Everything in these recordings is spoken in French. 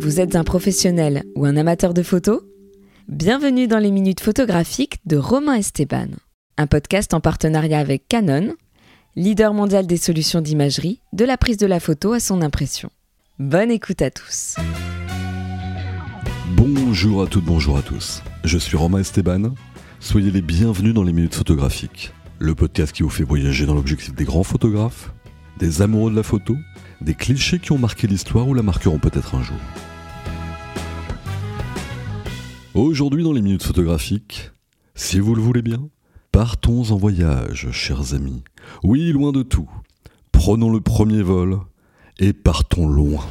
Vous êtes un professionnel ou un amateur de photos ? Bienvenue dans les minutes photographiques de Romain Esteban, un podcast en partenariat avec Canon, leader mondial des solutions d'imagerie, de la prise de la photo à son impression. Bonne écoute à tous. Bonjour à toutes, bonjour à tous. Je suis Romain Esteban. Soyez les bienvenus dans les minutes photographiques, le podcast qui vous fait voyager dans l'objectif des grands photographes, des amoureux de la photo, des clichés qui ont marqué l'histoire ou la marqueront peut-être un jour. Aujourd'hui dans les minutes photographiques, si vous le voulez bien, partons en voyage, chers amis. Oui, loin de tout. Prenons le premier vol et partons loin.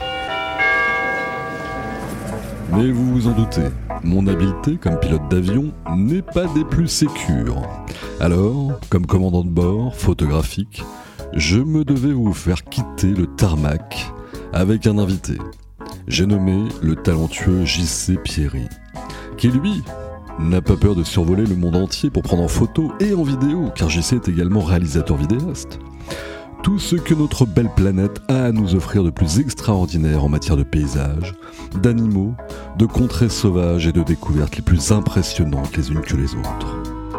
Mais vous vous en doutez, mon habileté comme pilote d'avion n'est pas des plus sécures. Alors, comme commandant de bord, photographique, je me devais vous faire quitter le tarmac avec un invité. J'ai nommé le talentueux J.C. Pierry, qui lui n'a pas peur de survoler le monde entier pour prendre en photo et en vidéo, car J.C. est également réalisateur vidéaste. Tout ce que notre belle planète a à nous offrir de plus extraordinaire en matière de paysages, d'animaux, de contrées sauvages et de découvertes les plus impressionnantes les unes que les autres.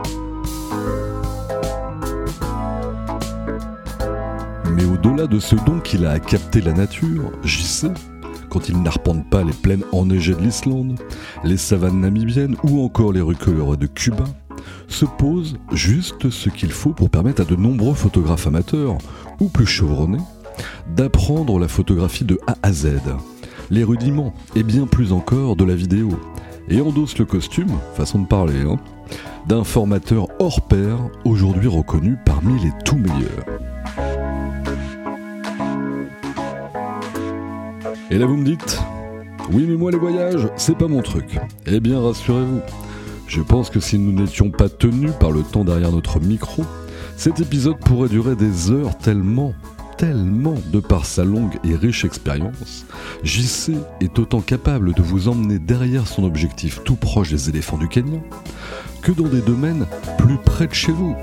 Mais au-delà de ce don qu'il a à capter la nature, J.C., quand il n'arpente pas les plaines enneigées de l'Islande, les savanes namibiennes ou encore les rues colorées de Cuba, se pose juste ce qu'il faut pour permettre à de nombreux photographes amateurs, ou plus chevronnés, d'apprendre la photographie de A à Z, les rudiments et bien plus encore de la vidéo, et endosse le costume, façon de parler, d'un formateur hors pair, aujourd'hui reconnu parmi les tout meilleurs. Et là vous me dites, oui mais moi les voyages, c'est pas mon truc. Eh bien rassurez-vous, je pense que si nous n'étions pas tenus par le temps derrière notre micro, cet épisode pourrait durer des heures tellement de par sa longue et riche expérience, JC est autant capable de vous emmener derrière son objectif tout proche des éléphants du Kenya, que dans des domaines plus près de chez vous.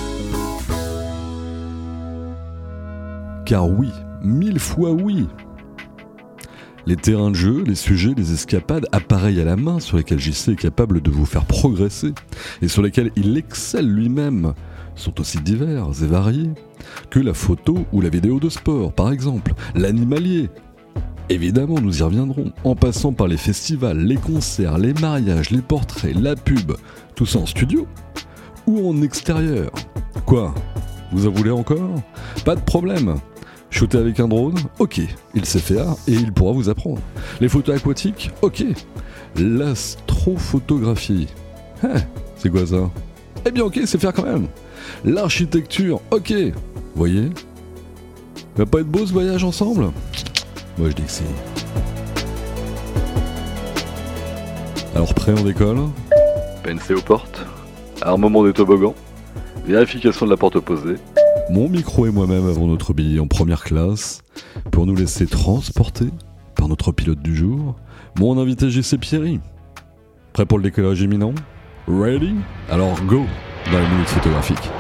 Car oui, 1000 fois oui. Les terrains de jeu, les sujets, les escapades, appareils à la main sur lesquels JC est capable de vous faire progresser et sur lesquels il excelle lui-même sont aussi divers et variés que la photo ou la vidéo de sport, par exemple, l'animalier. Évidemment, nous y reviendrons, en passant par les festivals, les concerts, les mariages, les portraits, la pub, tout ça en studio ou en extérieur. Quoi ? Vous en voulez encore ? Pas de problème. Shooter avec un drone, ok, il sait faire et il pourra vous apprendre. Les photos aquatiques, ok. L'astrophotographie, c'est quoi ça ? Eh bien ok, c'est faire quand même. L'architecture, ok. Voyez ? Va pas être beau ce voyage ensemble ? Moi je dis que si. Alors prêt, on décolle ? PNC aux portes, armement des toboggans, vérification de la porte opposée. Mon micro et moi-même avons notre billet en première classe pour nous laisser transporter par notre pilote du jour, mon invité J.C. Pierry. Prêt pour le décollage imminent ? Ready ? Alors go dans les minutes photographiques.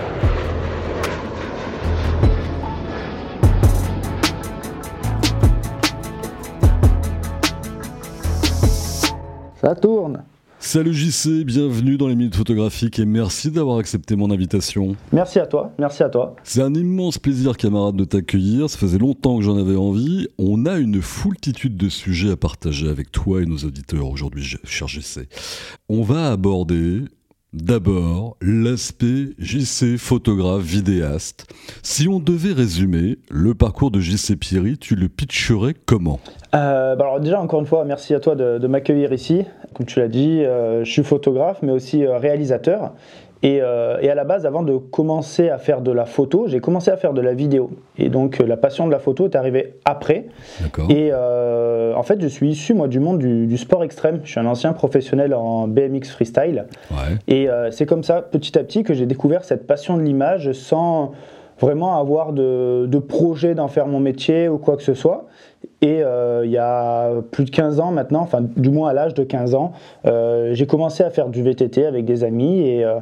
Ça tourne. Salut JC, bienvenue dans les minutes photographiques et merci d'avoir accepté mon invitation. Merci à toi. C'est un immense plaisir, camarade, de t'accueillir, ça faisait longtemps que j'en avais envie. On a une foultitude de sujets à partager avec toi et nos auditeurs aujourd'hui, cher JC. On va aborder d'abord l'aspect JC, photographe, vidéaste. Si on devait résumer le parcours de JC Pierry, tu le pitcherais comment ? Alors déjà, encore une fois, merci à toi de m'accueillir ici. Comme tu l'as dit, je suis photographe, mais aussi réalisateur. Et à la base, avant de commencer à faire de la photo, j'ai commencé à faire de la vidéo. Et donc, la passion de la photo est arrivée après. D'accord. Et en fait, je suis issu, moi, du monde du sport extrême. Je suis un ancien professionnel en BMX freestyle. Ouais. Et c'est comme ça, petit à petit, que j'ai découvert cette passion de l'image sans vraiment avoir de projet d'en faire mon métier ou quoi que ce soit. Et il y a plus de 15 ans maintenant, enfin du moins à l'âge de 15 ans, j'ai commencé à faire du VTT avec des amis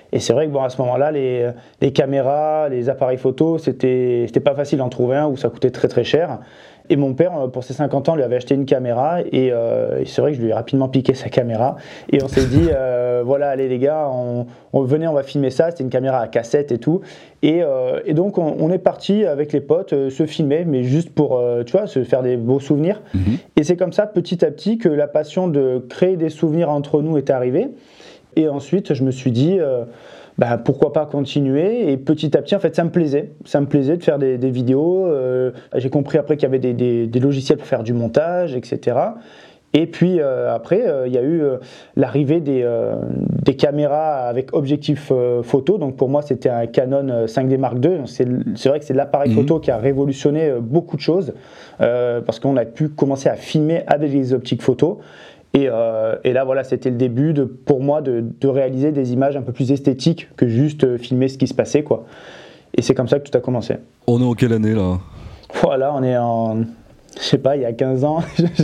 Et c'est vrai que à ce moment-là, les caméras, les appareils photo, c'était pas facile d'en trouver un, ou ça coûtait très très cher. Et mon père, pour ses 50 ans, lui avait acheté une caméra, et c'est vrai que je lui ai rapidement piqué sa caméra, et on s'est dit, voilà, allez les gars, venez, on va filmer ça. C'était une caméra à cassette et tout, et donc on est parti avec les potes se filmer, mais juste pour, tu vois, se faire des beaux souvenirs. Et c'est comme ça, petit à petit, que la passion de créer des souvenirs entre nous est arrivée. Et ensuite, je me suis dit, pourquoi pas continuer. Et petit à petit, en fait, ça me plaisait de faire des vidéos. J'ai compris après qu'il y avait des logiciels pour faire du montage, etc. Et puis après, il y a eu l'arrivée des caméras avec objectif photo. Donc pour moi, c'était un Canon 5D Mark II. C'est vrai que c'est l'appareil photo qui a révolutionné beaucoup de choses, parce qu'on a pu commencer à filmer avec les optiques photo. Et là, voilà, c'était le début pour moi de réaliser des images un peu plus esthétiques que juste filmer ce qui se passait, quoi. Et c'est comme ça que tout a commencé. On est en quelle année, là ? Voilà, on est en... Je sais pas, il y a 15 ans,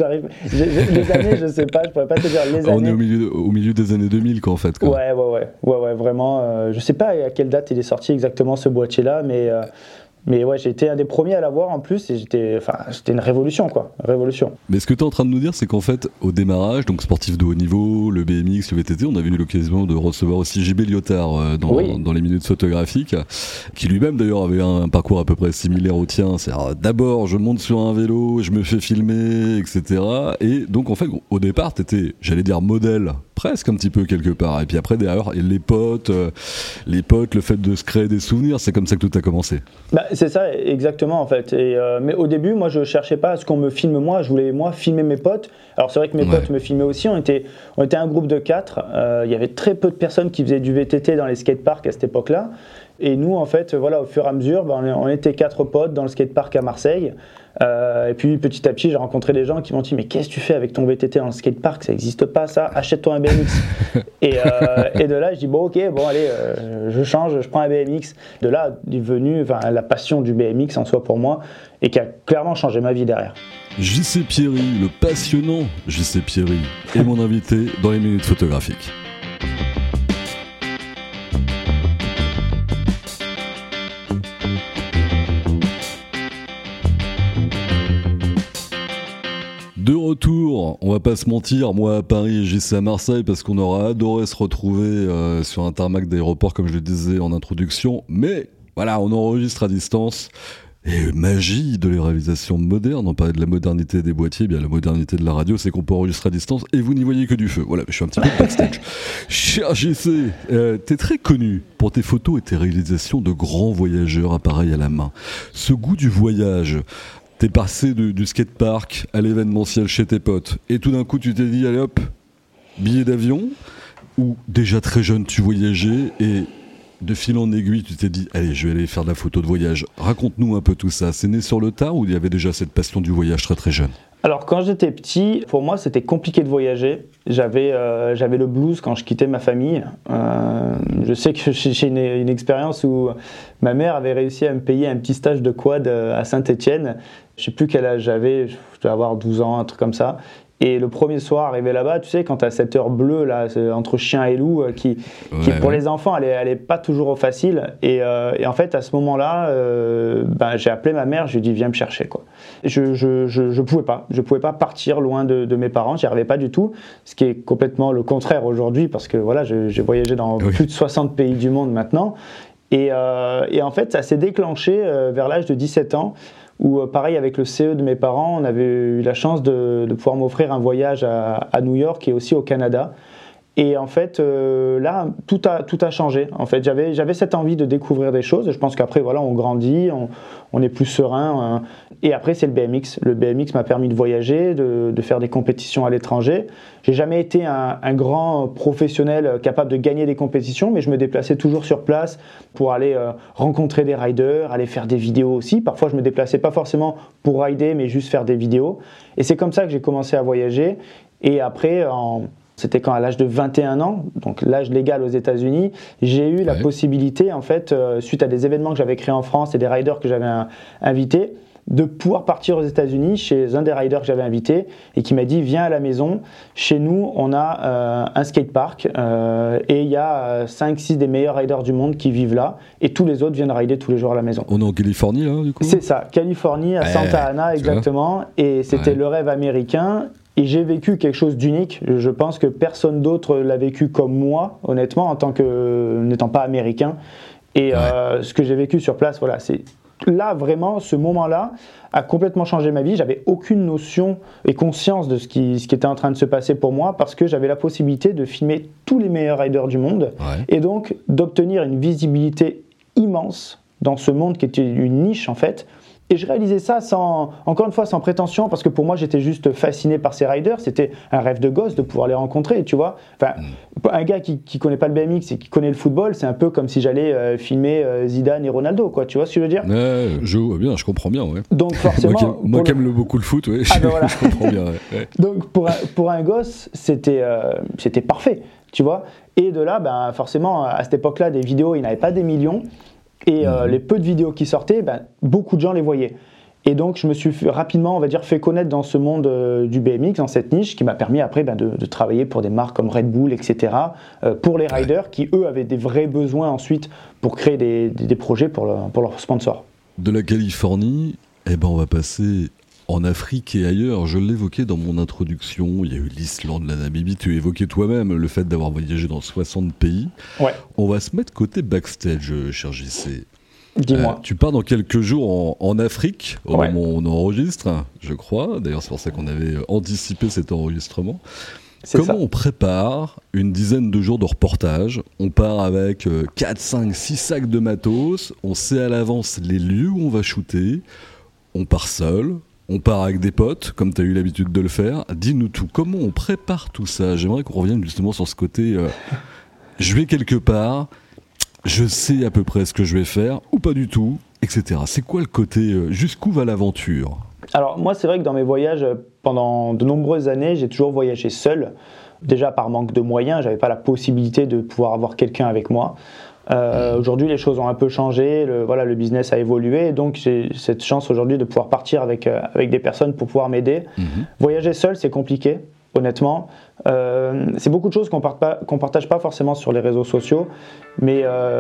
les années, je sais pas, je pourrais pas te dire les années. On est au milieu des années 2000, quoi, en fait. Quoi. Ouais, vraiment. Je sais pas à quelle date il est sorti exactement, ce boîtier-là, mais ouais, j'ai été un des premiers à l'avoir en plus, et c'était une révolution, quoi. Révolution. Mais ce que tu es en train de nous dire, c'est qu'en fait, au démarrage, donc sportif de haut niveau, le BMX, le VTT, on avait eu l'occasion de recevoir aussi JB Lyotard dans les minutes photographiques, qui lui-même d'ailleurs avait un parcours à peu près similaire au tien. C'est-à-dire, d'abord, je monte sur un vélo, je me fais filmer, etc. Et donc, en fait, au départ, t'étais, j'allais dire, modèle, presque un petit peu quelque part. Et puis après, derrière, les potes, le fait de se créer des souvenirs, c'est comme ça que tout a commencé. C'est ça, exactement, en fait. Mais au début, moi, je cherchais pas à ce qu'on me filme moi. Je voulais, moi, filmer mes potes. Alors, c'est vrai que mes potes me filmaient aussi. On était un groupe de 4. Il y avait très peu de personnes qui faisaient du VTT dans les skateparks à cette époque-là. Et nous, en fait, voilà, au fur et à mesure, on était 4 potes dans le skatepark à Marseille. Et puis, petit à petit, j'ai rencontré des gens qui m'ont dit « Mais qu'est-ce que tu fais avec ton VTT dans le skatepark ? Ça n'existe pas, ça. Achète-toi un BMX. » Et de là, je dis « Bon, ok, allez, je change, je prends un BMX. » De là est venue la passion du BMX en soi pour moi, et qui a clairement changé ma vie derrière. JC Pierry, le passionnant JC Pierry, est mon invité dans les minutes photographiques. De retour, on va pas se mentir, moi à Paris et JC à Marseille, parce qu'on aura adoré se retrouver sur un tarmac d'aéroport, comme je le disais en introduction, mais voilà, on enregistre à distance. Et magie de les réalisations modernes, on parlait de la modernité des boîtiers, bien la modernité de la radio, c'est qu'on peut enregistrer à distance et vous n'y voyez que du feu. Voilà, je suis un petit peu backstage. Cher JC, t'es très connu pour tes photos et tes réalisations de grands voyageurs, appareils à la main. Ce goût du voyage, t'es passé du skatepark à l'événementiel chez tes potes, et tout d'un coup tu t'es dit, allez hop, billet d'avion, ou déjà très jeune tu voyageais, et de fil en aiguille, tu t'es dit, allez, je vais aller faire de la photo de voyage. Raconte-nous un peu tout ça. C'est né sur le tard ou il y avait déjà cette passion du voyage très très jeune ? Alors, quand j'étais petit, pour moi, c'était compliqué de voyager. J'avais le blues quand je quittais ma famille. Je sais que j'ai une expérience où ma mère avait réussi à me payer un petit stage de quad à Saint-Étienne. Je ne sais plus quel âge j'avais, je devais avoir 12 ans, un truc comme ça. Et le premier soir, arrivé là-bas, tu sais, quand tu as cette heure bleue là, entre chien et loup, qui pour les enfants, elle est pas toujours facile. Et en fait, à ce moment-là, j'ai appelé ma mère, je lui ai dit, viens me chercher, quoi. Je pouvais pas partir loin de mes parents, j'y arrivais pas du tout, ce qui est complètement le contraire aujourd'hui, parce que voilà, j'ai voyagé dans plus de 60 pays du monde maintenant. Et en fait, ça s'est déclenché vers l'âge de 17 ans, où pareil avec le CE de mes parents, on avait eu la chance de pouvoir m'offrir un voyage à New York et aussi au Canada. Et en fait, là, tout a changé. En fait, j'avais cette envie de découvrir des choses. Je pense qu'après, voilà, on grandit, on est plus serein. Et après, c'est le BMX. Le BMX m'a permis de voyager, de faire des compétitions à l'étranger. J'ai jamais été un grand professionnel capable de gagner des compétitions, mais je me déplaçais toujours sur place pour aller rencontrer des riders, aller faire des vidéos aussi. Parfois, je me déplaçais pas forcément pour rider, mais juste faire des vidéos. Et c'est comme ça que j'ai commencé à voyager. Et après, c'était quand à l'âge de 21 ans, donc l'âge légal aux États-Unis, j'ai eu la possibilité, en fait, suite à des événements que j'avais créés en France et des riders que j'avais invités, de pouvoir partir aux États-Unis chez un des riders que j'avais invité et qui m'a dit viens à la maison, chez nous on a un skatepark et il y a 5-6 des meilleurs riders du monde qui vivent là et tous les autres viennent rider tous les jours à la maison. On est en Californie là du coup ? C'est ça, Californie, à Santa Ana exactement, et c'était le rêve américain. Et j'ai vécu quelque chose d'unique. Je pense que personne d'autre l'a vécu comme moi, honnêtement, en tant que n'étant pas américain. Et ce que j'ai vécu sur place, voilà, c'est là vraiment, ce moment-là a complètement changé ma vie. J'avais aucune notion et conscience de ce qui était en train de se passer pour moi parce que j'avais la possibilité de filmer tous les meilleurs riders du monde et donc d'obtenir une visibilité immense dans ce monde qui était une niche en fait. Et je réalisais ça encore une fois, sans prétention, parce que pour moi, j'étais juste fasciné par ces riders. C'était un rêve de gosse de pouvoir les rencontrer, tu vois. Enfin, un gars qui connaît pas le BMX et qui connaît le football, c'est un peu comme si j'allais filmer Zidane et Ronaldo, quoi. Tu vois ce que je veux dire ? Je vois bien, je comprends bien, ouais. Donc forcément, moi qui aime beaucoup le foot, ouais, voilà. je comprends bien. Ouais. Donc pour un gosse, c'était parfait, tu vois. Et de là, ben forcément, à cette époque-là, des vidéos, il n'y avait pas des millions. Et les peu de vidéos qui sortaient, beaucoup de gens les voyaient. Et donc, je me suis rapidement, on va dire, fait connaître dans ce monde du BMX, dans cette niche, qui m'a permis après de travailler pour des marques comme Red Bull, etc., pour les riders qui, eux, avaient des vrais besoins ensuite pour créer des projets pour leurs sponsors. De la Californie, on va passer en Afrique et ailleurs. Je l'évoquais dans mon introduction, il y a eu l'Islande, la Namibie, tu évoquais toi-même le fait d'avoir voyagé dans 60 pays. Ouais. On va se mettre côté backstage, cher JC. Dis-moi. Tu pars dans quelques jours en Afrique, au moment où on enregistre, je crois. D'ailleurs, c'est pour ça qu'on avait anticipé cet enregistrement. Comment on prépare une dizaine de jours de reportage ? On part avec 4, 5, 6 sacs de matos, on sait à l'avance les lieux où on va shooter, on part seul. On part avec des potes, comme tu as eu l'habitude de le faire. Dis-nous tout. Comment on prépare tout ça ? J'aimerais qu'on revienne justement sur ce côté je vais quelque part, je sais à peu près ce que je vais faire, ou pas du tout, etc. C'est quoi le côté jusqu'où va l'aventure ? Alors moi, c'est vrai que dans mes voyages, pendant de nombreuses années, j'ai toujours voyagé seul. Déjà par manque de moyens, j'avais pas la possibilité de pouvoir avoir quelqu'un avec moi. Aujourd'hui, les choses ont un peu changé, le business a évolué, et donc j'ai cette chance aujourd'hui de pouvoir partir avec des personnes pour pouvoir m'aider. Voyager seul, c'est compliqué, honnêtement. C'est beaucoup de choses qu'on partage pas forcément sur les réseaux sociaux, mais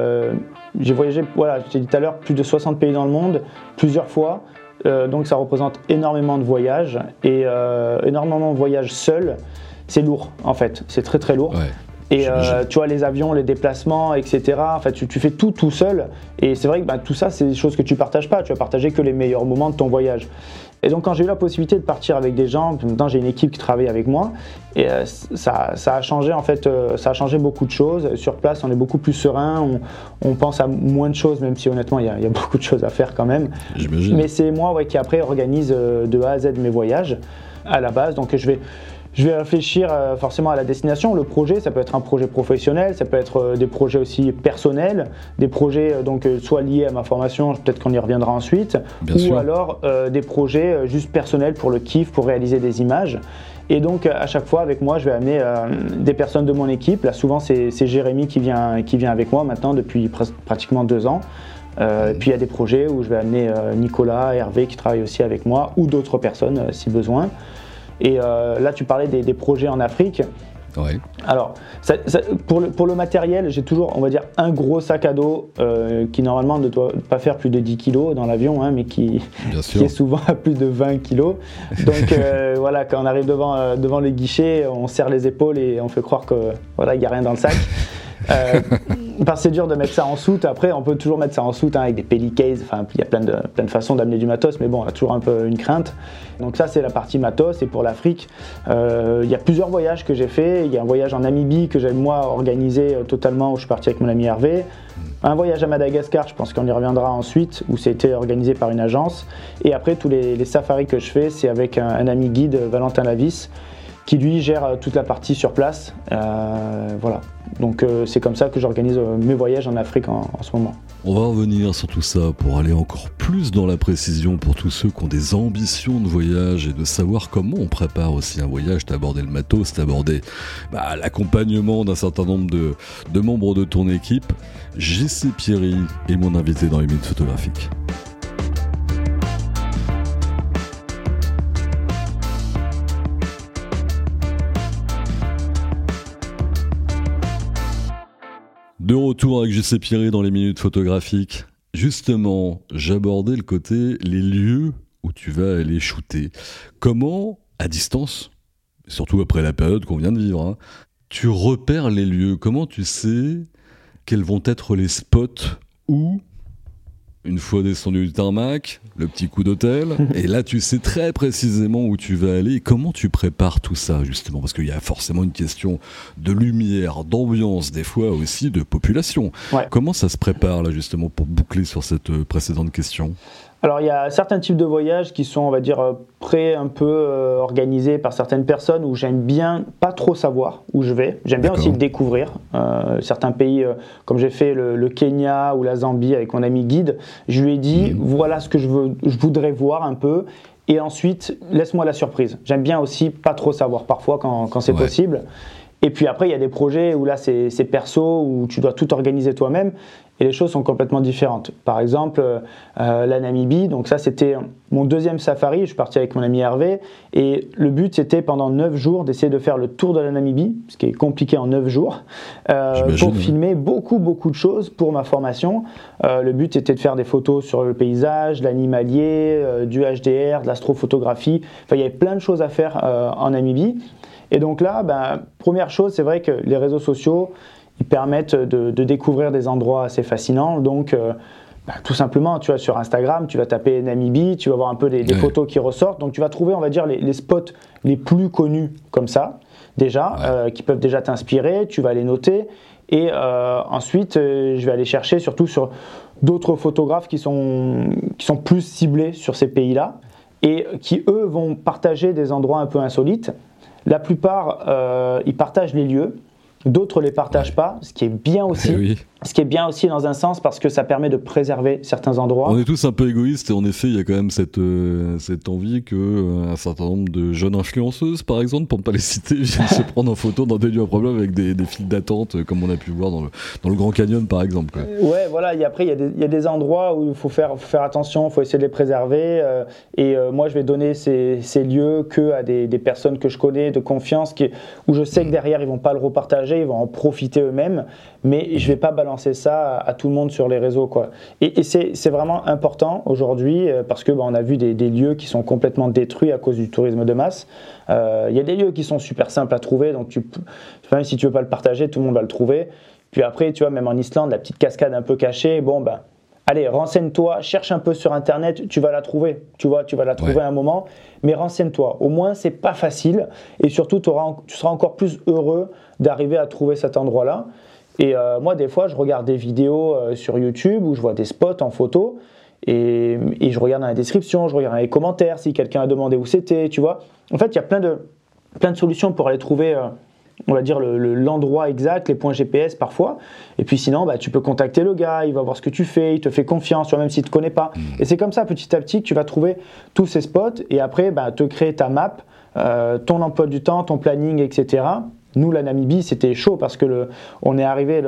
j'ai voyagé, je t'ai dit tout à l'heure, plus de 60 pays dans le monde, plusieurs fois, donc ça représente énormément de voyages, et énormément de voyages seuls, c'est lourd en fait, c'est très très lourd. Ouais. Et tu vois, les avions, les déplacements, etc. En fait, tu fais tout seul. Et c'est vrai que tout ça, c'est des choses que tu partages pas. Tu vas partager que les meilleurs moments de ton voyage. Et donc, quand j'ai eu la possibilité de partir avec des gens, maintenant j'ai une équipe qui travaille avec moi. Et ça a changé, en fait, ça a changé beaucoup de choses. Sur place, on est beaucoup plus serein. On pense à moins de choses, même si honnêtement, il y a beaucoup de choses à faire quand même. J'imagine. Mais c'est moi qui après organise de A à Z mes voyages à la base. Donc, je vais réfléchir forcément à la destination. Le projet, ça peut être un projet professionnel, ça peut être des projets aussi personnels, des projets donc soit liés à ma formation, peut-être qu'on y reviendra ensuite, Bien ou sûr. alors des projets juste personnels pour le kiff, pour réaliser des images. Et donc à chaque fois avec moi, je vais amener des personnes de mon équipe. Là, souvent c'est Jérémy qui vient avec moi maintenant depuis pratiquement 2 ans. Et puis il y a des projets où je vais amener Nicolas, Hervé qui travaillent aussi avec moi, ou d'autres personnes si besoin. Et là, tu parlais des projets en Afrique. Ouais. Alors, pour le matériel, j'ai toujours, on va dire, un gros sac à dos qui normalement ne doit pas faire plus de 10 kilos dans l'avion, mais qui est souvent à plus de 20 kilos. Donc voilà, quand on arrive devant les guichets, on serre les épaules et on fait croire que voilà, il n'y a rien dans le sac. Parce que c'est dur de mettre ça en soute. Après, on peut toujours mettre ça en soute avec des pellicases. Enfin, il y a plein de façons d'amener du matos, mais bon, on a toujours un peu une crainte. Donc ça, c'est la partie matos. Et pour l'Afrique, il y a plusieurs voyages que j'ai fait. Il y a un voyage en Namibie que j'ai moi organisé totalement, où je suis parti avec mon ami Hervé. Un voyage à Madagascar, je pense qu'on y reviendra ensuite, où c'était organisé par une agence. Et après, tous les safaris que je fais, c'est avec un ami guide, Valentin Lavis, qui lui gère toute la partie sur place. Voilà. Donc c'est comme ça que j'organise mes voyages en Afrique en ce moment. On va revenir sur tout ça pour aller encore plus dans la précision pour tous ceux qui ont des ambitions de voyage et de savoir comment on prépare aussi un voyage. T'as abordé le matos, t'as abordé l'accompagnement d'un certain nombre de membres de ton équipe. JC Pierry est mon invité dans les minutes photographiques. De retour avec JC Piré dans les minutes photographiques. Justement, j'abordais le côté les lieux où tu vas aller shooter. Comment, à distance, surtout après la période qu'on vient de vivre, tu repères les lieux? Comment tu sais quels vont être les spots où, une fois descendu du tarmac, le petit coup d'hôtel, et là tu sais très précisément où tu vas aller, et comment tu prépares tout ça justement? Parce qu'il y a forcément une question de lumière, d'ambiance, des fois aussi de population. Ouais. Comment ça se prépare là justement pour boucler sur cette précédente question? Alors il y a certains types de voyages qui sont, on va dire, un peu organisés par certaines personnes où j'aime bien pas trop savoir où je vais. J'aime bien aussi le découvrir. Certains pays, comme j'ai fait le Kenya ou la Zambie avec mon ami guide, je lui ai dit voilà ce que je voudrais voir un peu. Et ensuite, laisse-moi la surprise. J'aime bien aussi pas trop savoir parfois quand c'est possible. Et puis après, il y a des projets où là, c'est perso, où tu dois tout organiser toi-même. Et les choses sont complètement différentes. Par exemple, la Namibie, donc ça c'était mon deuxième safari, je suis parti avec mon ami Hervé, et le but c'était pendant 9 jours d'essayer de faire le tour de la Namibie, ce qui est compliqué en 9 jours, pour filmer beaucoup de choses pour ma formation. Le but c'était de faire des photos sur le paysage, l'animalier, du HDR, de l'astrophotographie, enfin il y avait plein de choses à faire en Namibie. Et donc là, première chose, c'est vrai que les réseaux sociaux, ils permettent de découvrir des endroits assez fascinants. Donc, tout simplement, tu vois, sur Instagram, tu vas taper Namibie, tu vas voir un peu des photos qui ressortent. Donc, tu vas trouver, on va dire, les spots les plus connus comme ça, déjà, qui peuvent déjà t'inspirer. Tu vas les noter. Et ensuite, je vais aller chercher surtout sur d'autres photographes qui sont plus ciblés sur ces pays-là et qui, eux, vont partager des endroits un peu insolites. La plupart, ils partagent les lieux. D'autres ne les partagent pas, ce qui est bien aussi. Ce qui est bien aussi dans un sens parce que ça permet de préserver certains endroits. On est tous un peu égoïstes et en effet, il y a quand même cette envie qu'un certain nombre de jeunes influenceuses, par exemple, pour ne pas les citer, viennent se prendre en photo dans des lieux à problème avec des files d'attente, comme on a pu voir dans le Grand Canyon, par exemple. Quoi. Ouais, voilà. Après, il y a des endroits où il faut faire attention, il faut essayer de les préserver. Moi, je vais donner ces lieux qu'à des personnes que je connais, de confiance, où je sais que derrière, ils ne vont pas le repartager, ils vont en profiter eux-mêmes. Mais je ne vais pas balancer ça à tout le monde sur les réseaux, quoi. Et c'est vraiment important aujourd'hui parce que on a vu des lieux qui sont complètement détruits à cause du tourisme de masse. Il y a des lieux qui sont super simples à trouver, donc même si tu veux pas le partager, tout le monde va le trouver. Puis après, tu vois, même en Islande, la petite cascade un peu cachée, allez, renseigne-toi, cherche un peu sur Internet, tu vas la trouver. Tu vas la trouver à un moment, mais renseigne-toi. Au moins, c'est pas facile et surtout, tu seras encore plus heureux d'arriver à trouver cet endroit-là. Et moi, des fois, je regarde des vidéos sur YouTube où je vois des spots en photo et je regarde dans la description, je regarde dans les commentaires si quelqu'un a demandé où c'était, tu vois. En fait, il y a plein de solutions pour aller trouver, on va dire, l'endroit exact, les points GPS parfois. Et puis sinon, tu peux contacter le gars, il va voir ce que tu fais, il te fait confiance, tu vois, même s'il ne te connaît pas. Et c'est comme ça, petit à petit, que tu vas trouver tous ces spots et après, te créer ta map, ton emploi du temps, ton planning, etc. Nous, la Namibie, c'était chaud parce que on est arrivé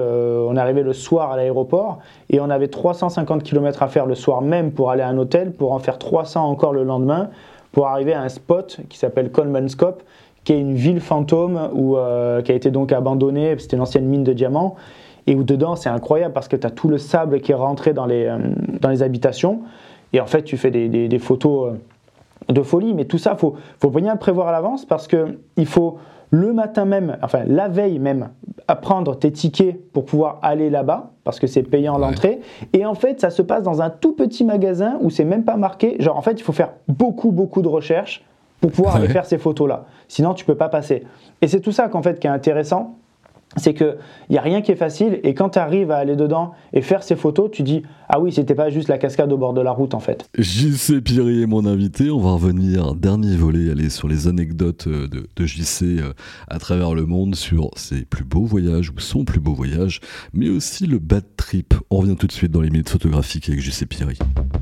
le soir à l'aéroport et on avait 350 km à faire le soir même pour aller à un hôtel, pour en faire 300 encore le lendemain, pour arriver à un spot qui s'appelle Colemanskop, qui est une ville fantôme qui a été donc abandonnée, c'était une ancienne mine de diamants, et où dedans, c'est incroyable parce que tu as tout le sable qui est rentré dans les habitations, et en fait, tu fais des photos de folie, mais tout ça, faut bien le prévoir à l'avance parce qu'il faut le matin même, enfin la veille même, à prendre tes tickets pour pouvoir aller là-bas, parce que c'est payant l'entrée. Et en fait, ça se passe dans un tout petit magasin où c'est même pas marqué. Genre, en fait, il faut faire beaucoup de recherches pour pouvoir aller faire ces photos-là. Sinon, tu peux pas passer. Et c'est tout ça qui est intéressant. C'est qu'il n'y a rien qui est facile et quand tu arrives à aller dedans et faire ces photos, tu dis « Ah oui, c'était pas juste la cascade au bord de la route en fait ». JC Piré est mon invité, on va revenir, dernier volet, aller sur les anecdotes de JC à travers le monde, sur ses plus beaux voyages ou son plus beau voyage, mais aussi le bad trip. On revient tout de suite dans les minutes photographiques avec JC Piré.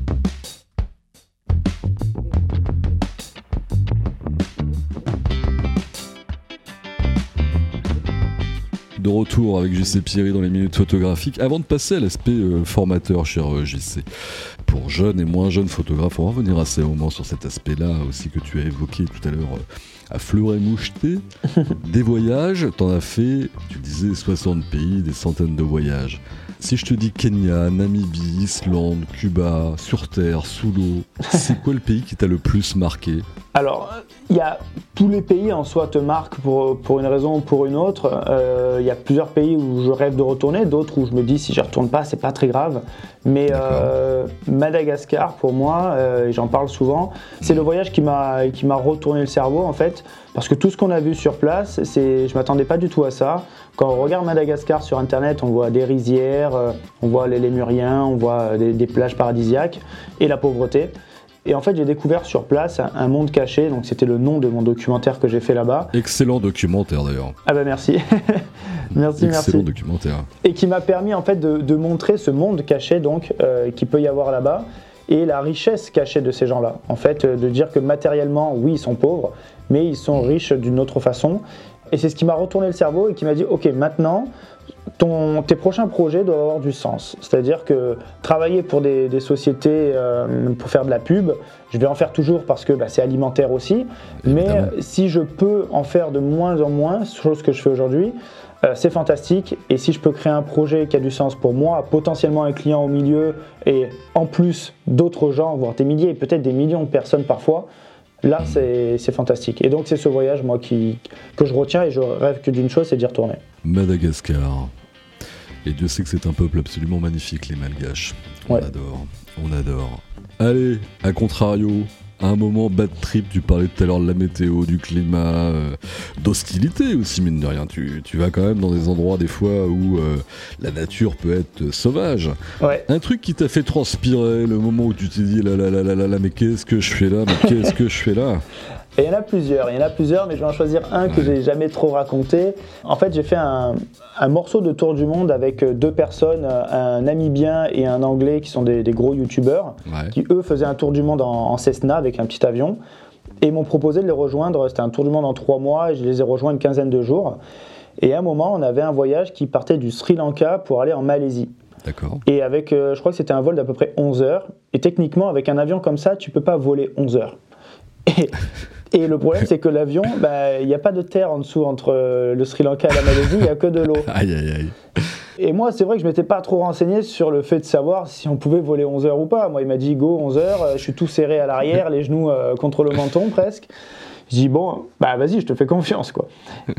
De retour avec JC Piré dans les minutes photographiques. Avant de passer à l'aspect formateur, cher JC, pour jeunes et moins jeunes photographes, on va revenir assez au moment sur cet aspect-là aussi que tu as évoqué tout à l'heure à fleurer-moucheter, des voyages, t'en as fait, tu disais 60 pays, des centaines de voyages. Si je te dis Kenya, Namibie, Islande, Cuba, sur Terre, sous l'eau, c'est quoi le pays qui t'a le plus marqué ? Alors, tous les pays en soi te marquent pour une raison ou pour une autre. Il y a plusieurs pays où je rêve de retourner, d'autres où je me dis si je retourne pas, c'est pas très grave. Mais Madagascar, pour moi, et j'en parle souvent, c'est le voyage qui m'a retourné le cerveau en fait, parce que tout ce qu'on a vu sur place, je m'attendais pas du tout à ça. Quand on regarde Madagascar sur internet, on voit des rizières, on voit les lémuriens, on voit des plages paradisiaques et la pauvreté. Et en fait, j'ai découvert sur place un monde caché, donc c'était le nom de mon documentaire que j'ai fait là-bas. Excellent documentaire d'ailleurs. Ah bah merci. Merci. Excellent documentaire. Et qui m'a permis en fait de montrer ce monde caché donc qu'il peut y avoir là-bas et la richesse cachée de ces gens-là. En fait, de dire que matériellement, oui, ils sont pauvres, mais ils sont riches d'une autre façon. Et c'est ce qui m'a retourné le cerveau et qui m'a dit, ok, maintenant, tes prochains projets doivent avoir du sens. C'est-à-dire que travailler pour des sociétés pour faire de la pub, je vais en faire toujours parce que c'est alimentaire aussi. Évidemment. Mais si je peux en faire de moins en moins, chose que je fais aujourd'hui, c'est fantastique. Et si je peux créer un projet qui a du sens pour moi, potentiellement un client au milieu et en plus d'autres gens, voire des milliers, peut-être des millions de personnes parfois, là, c'est fantastique. Et donc, c'est ce voyage, moi, que je retiens et je rêve que d'une chose, c'est d'y retourner. Madagascar. Et Dieu sait que c'est un peuple absolument magnifique, les Malgaches. On adore. Allez, à contrario, à un moment bad trip, tu parlais tout à l'heure de la météo, du climat, d'hostilité aussi, mine de rien. Tu vas quand même dans des endroits, des fois, où la nature peut être sauvage. Ouais. Un truc qui t'a fait transpirer, le moment où tu t'es dit, là, mais qu'est-ce que je fais là Et il y en a plusieurs, mais je vais en choisir un que j'ai jamais trop raconté. En fait, j'ai fait un morceau de tour du monde avec deux personnes, un Namibien et un Anglais qui sont des gros youtubeurs, qui eux faisaient un tour du monde en Cessna avec un petit avion et m'ont proposé de les rejoindre. C'était un tour du monde en 3 mois et je les ai rejoints une quinzaine de jours. Et à un moment, on avait un voyage qui partait du Sri Lanka pour aller en Malaisie. D'accord. Et avec, je crois que c'était un vol d'à peu près 11 heures. Et techniquement, avec un avion comme ça, tu peux pas voler 11 heures. Et le problème, c'est que l'avion, il n'y a pas de terre en dessous entre le Sri Lanka et la Malaisie, il n'y a que de l'eau. Aïe. Et moi, c'est vrai que je ne m'étais pas trop renseigné sur le fait de savoir si on pouvait voler 11 heures ou pas. Moi, il m'a dit go 11 heures, je suis tout serré à l'arrière, les genoux contre le menton presque. Je dis bon, vas-y, je te fais confiance quoi.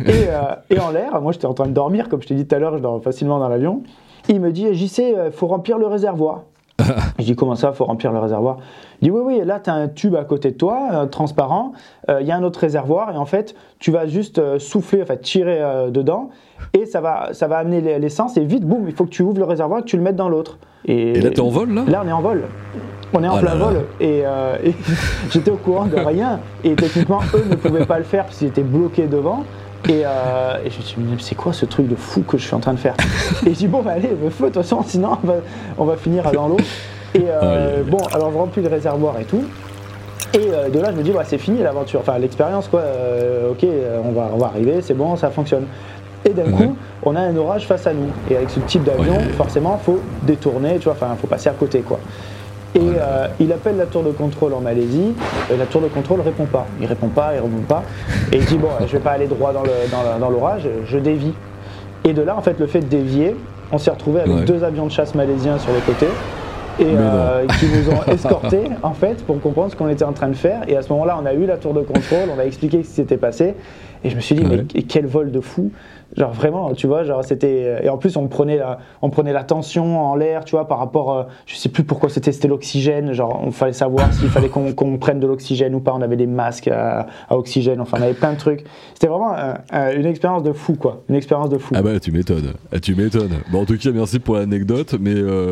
Et en l'air, moi j'étais en train de dormir, comme je t'ai dit tout à l'heure, je dors facilement dans l'avion. Il me dit JC, faut remplir le réservoir. Je dis comment ça, faut remplir le réservoir? Il dit oui, là tu as un tube à côté de toi, transparent, il y a un autre réservoir et en fait tu vas juste souffler, tirer dedans et ça va amener l'essence et vite, boum, il faut que tu ouvres le réservoir et que tu le mettes dans l'autre. Et là t'es en vol là? Là on est en vol. On est en plein vol et j'étais au courant de rien et techniquement eux ne pouvaient pas le faire parce qu'ils étaient bloqués devant. Et je me suis dit, c'est quoi ce truc de fou que je suis en train de faire? Et je dis, allez, le feu, de toute façon, sinon on va finir dans l'eau. Et alors je remplis le réservoir et tout. Et de là, je me dis, c'est fini l'aventure, l'expérience, quoi. Ok, on va arriver, c'est bon, ça fonctionne. Et d'un coup, on a un orage face à nous. Et avec ce type d'avion, forcément, il faut détourner, il faut passer à côté, quoi. Et il appelle la tour de contrôle en Malaisie, et la tour de contrôle répond pas. Il répond pas. Et il dit je vais pas aller droit dans l'orage, je dévie. Et de là, en fait, le fait de dévier, on s'est retrouvé avec 2 avions de chasse malaisiens sur les côtés et qui nous ont escortés en fait pour comprendre ce qu'on était en train de faire. Et à ce moment-là, on a eu la tour de contrôle, on a expliqué ce qui s'était passé. Et je me suis dit mais quel vol de fou. Genre vraiment, tu vois, c'était... Et en plus, on prenait la tension en l'air, tu vois, par rapport... je sais plus pourquoi c'était l'oxygène. Genre, il fallait savoir s'il fallait qu'on prenne de l'oxygène ou pas. On avait des masques à oxygène, on avait plein de trucs. C'était vraiment une expérience de fou, quoi. Une expérience de fou. Ah tu m'étonnes. Bon, en tout cas, merci pour l'anecdote, mais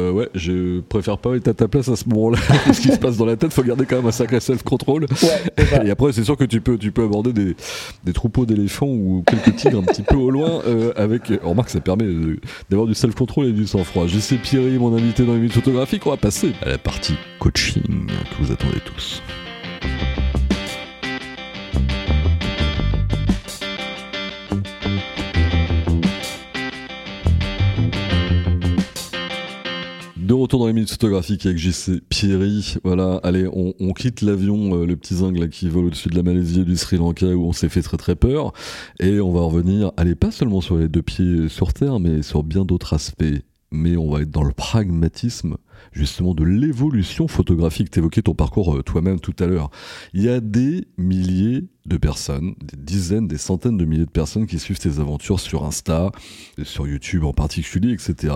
je préfère pas être à ta place à ce moment-là. Ce qui se passe dans la tête, faut garder quand même un sacré self-control. Et après, c'est sûr que tu peux aborder des troupeaux d'éléphants ou quelques tigres un petit peu au loin. Remarque, ça permet d'avoir du self-control et du sang-froid. JC Pierry, mon invité dans les minutes photographiques. On va passer à la partie coaching que vous attendez tous. De retour dans les minutes photographiques avec JC Pierry. Voilà, allez, on quitte l'avion, le petit zinc là, qui vole au-dessus de la Malaisie et du Sri Lanka où on s'est fait très très peur. Et on va revenir, allez, pas seulement sur les 2 pieds sur terre, mais sur bien d'autres aspects. Mais on va être dans le pragmatisme, justement, de l'évolution photographique. T'évoquais ton parcours toi-même tout à l'heure. Il y a des milliers de personnes, des dizaines, des centaines de milliers de personnes qui suivent tes aventures sur Insta, sur YouTube en particulier, etc.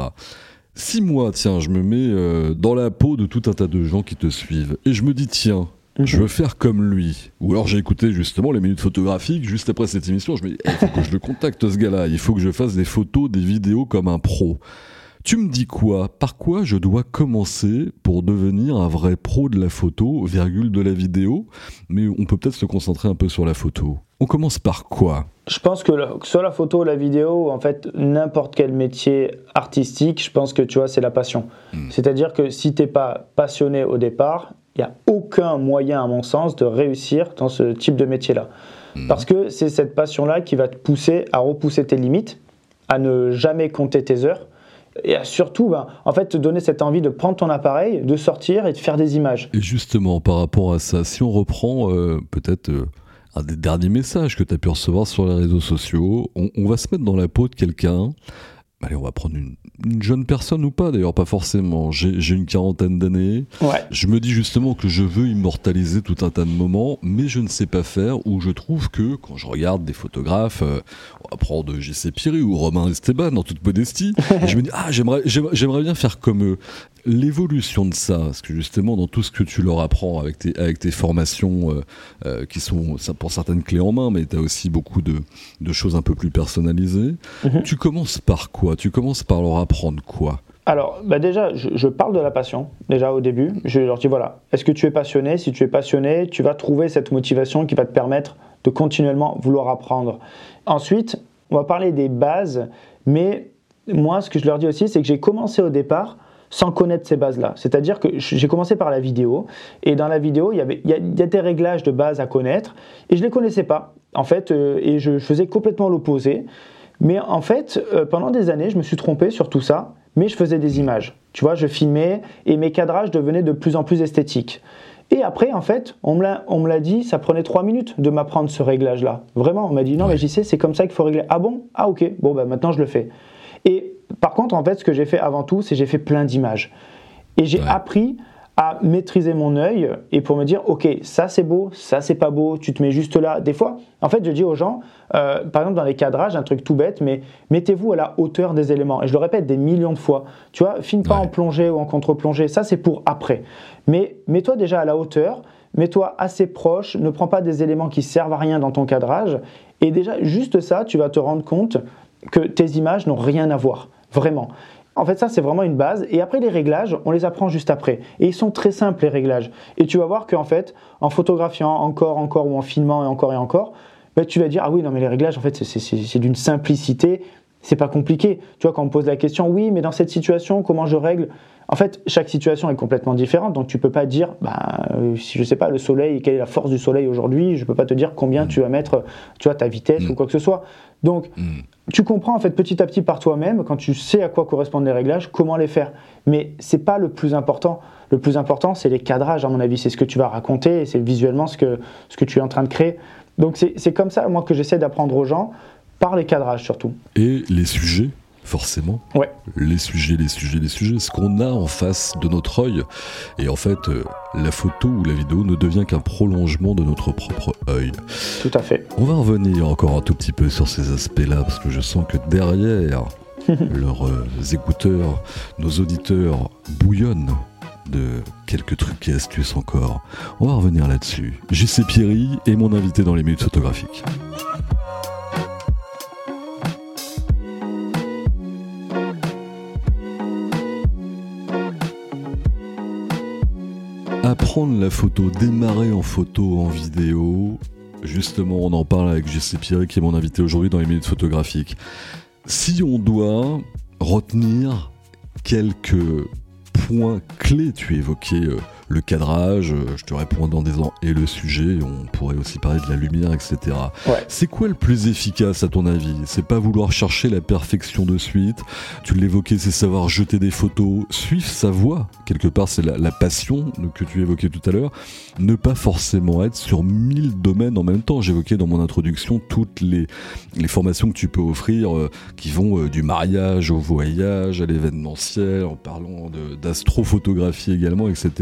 Si moi, tiens, je me mets dans la peau de tout un tas de gens qui te suivent, et je me dis, tiens, je veux faire comme lui. Ou alors j'ai écouté justement les minutes photographiques juste après cette émission, je me dis, il faut que je le contacte ce gars-là, il faut que je fasse des photos, des vidéos comme un pro. Tu me dis quoi ? Par quoi je dois commencer pour devenir un vrai pro de la photo, virgule de la vidéo ? Mais on peut peut-être se concentrer un peu sur la photo. On commence par quoi ? Je pense que soit la photo ou la vidéo, en fait, n'importe quel métier artistique, je pense que tu vois, c'est la passion. C'est-à-dire que si tu n'es pas passionné au départ, il n'y a aucun moyen, à mon sens, de réussir dans ce type de métier-là. Parce que c'est cette passion-là qui va te pousser à repousser tes limites, à ne jamais compter tes heures, et surtout, en fait, te donner cette envie de prendre ton appareil, de sortir et de faire des images. Et justement, par rapport à ça, si on reprend peut-être un des derniers messages que tu as pu recevoir sur les réseaux sociaux, on va se mettre dans la peau de quelqu'un. Allez, on va prendre une jeune personne ou pas, d'ailleurs, pas forcément. J'ai une 40aine d'années. Ouais. Je me dis justement que je veux immortaliser tout un tas de moments, mais je ne sais pas faire, où je trouve que, quand je regarde des photographes, on va prendre JC Pierry ou Romain Esteban, en toute modestie, je me dis, j'aimerais bien faire comme eux. L'évolution de ça, parce que justement, dans tout ce que tu leur apprends avec tes formations, qui sont pour certaines clés en main, mais tu as aussi beaucoup de choses un peu plus personnalisées, tu commences par quoi ? Tu commences par leur apprendre quoi ? Alors, déjà, je parle de la passion, déjà au début. Je leur dis, voilà, est-ce que tu es passionné ? Si tu es passionné, tu vas trouver cette motivation qui va te permettre de continuellement vouloir apprendre. Ensuite, on va parler des bases, mais moi, ce que je leur dis aussi, c'est que j'ai commencé au départ sans connaître ces bases-là. C'est-à-dire que j'ai commencé par la vidéo, et dans la vidéo, il y a des réglages de base à connaître, et je ne les connaissais pas, en fait, et je faisais complètement l'opposé. Mais en fait, pendant des années, je me suis trompé sur tout ça, mais je faisais des images. Tu vois, je filmais, et mes cadrages devenaient de plus en plus esthétiques. Et après, en fait, on me l'a dit, ça prenait 3 minutes de m'apprendre ce réglage-là. Vraiment, on m'a dit, non, mais JC, c'est comme ça qu'il faut régler. Ah bon ? Ah ok, bon, maintenant je le fais. Et par contre, en fait, ce que j'ai fait avant tout, c'est que j'ai fait plein d'images. Et j'ai appris à maîtriser mon œil et pour me dire, ok, ça c'est beau, ça c'est pas beau, tu te mets juste là. Des fois, en fait, je dis aux gens, par exemple dans les cadrages, un truc tout bête, mais mettez-vous à la hauteur des éléments. Et je le répète des millions de fois. Tu vois, filme pas en plongée ou en contre-plongée, ça c'est pour après. Mais mets-toi déjà à la hauteur, mets-toi assez proche, ne prends pas des éléments qui servent à rien dans ton cadrage. Et déjà, juste ça, tu vas te rendre compte que tes images n'ont rien à voir, vraiment. En fait, ça, c'est vraiment une base. Et après, les réglages, on les apprend juste après. Et ils sont très simples, les réglages. Et tu vas voir qu'en fait, en photographiant encore, ou en filmant et encore, tu vas dire, ah oui, non, mais les réglages, en fait, c'est d'une simplicité. C'est pas compliqué. Tu vois, quand on me pose la question, oui, mais dans cette situation, comment je règle ? En fait, chaque situation est complètement différente. Donc, tu peux pas dire, si je sais pas, le soleil, quelle est la force du soleil aujourd'hui, je peux pas te dire combien tu vas mettre, tu vois, ta vitesse ou quoi que ce soit. Donc, tu comprends, en fait, petit à petit par toi-même, quand tu sais à quoi correspondent les réglages, comment les faire. Mais c'est pas le plus important. Le plus important, c'est les cadrages, à mon avis. C'est ce que tu vas raconter et c'est visuellement ce que tu es en train de créer. Donc, c'est comme ça, moi, que j'essaie d'apprendre aux gens, par les cadrages surtout. Et les sujets, forcément. Ouais. Les sujets, ce qu'on a en face de notre œil. Et en fait, la photo ou la vidéo ne devient qu'un prolongement de notre propre œil. Tout à fait. On va revenir encore un tout petit peu sur ces aspects-là, parce que je sens que derrière leurs écouteurs, nos auditeurs bouillonnent de quelques trucs et astuces encore. On va revenir là-dessus. JC Pierry est mon invité dans les minutes photographiques. Apprendre la photo, démarrer en photo, en vidéo, justement on en parle avec JC Pierry qui est mon invité aujourd'hui dans les minutes photographiques. Si on doit retenir quelques points clés, tu évoquais le cadrage, je te réponds en disant et le sujet, on pourrait aussi parler de la lumière, etc. Ouais. C'est quoi le plus efficace à ton avis? C'est pas vouloir chercher la perfection de suite, tu l'évoquais, c'est savoir jeter des photos, suivre sa voie, quelque part c'est la passion que tu évoquais tout à l'heure, ne pas forcément être sur 1000 domaines en même temps. J'évoquais dans mon introduction toutes les formations que tu peux offrir qui vont du mariage au voyage, à l'événementiel, en parlant d'astrophotographie également, etc.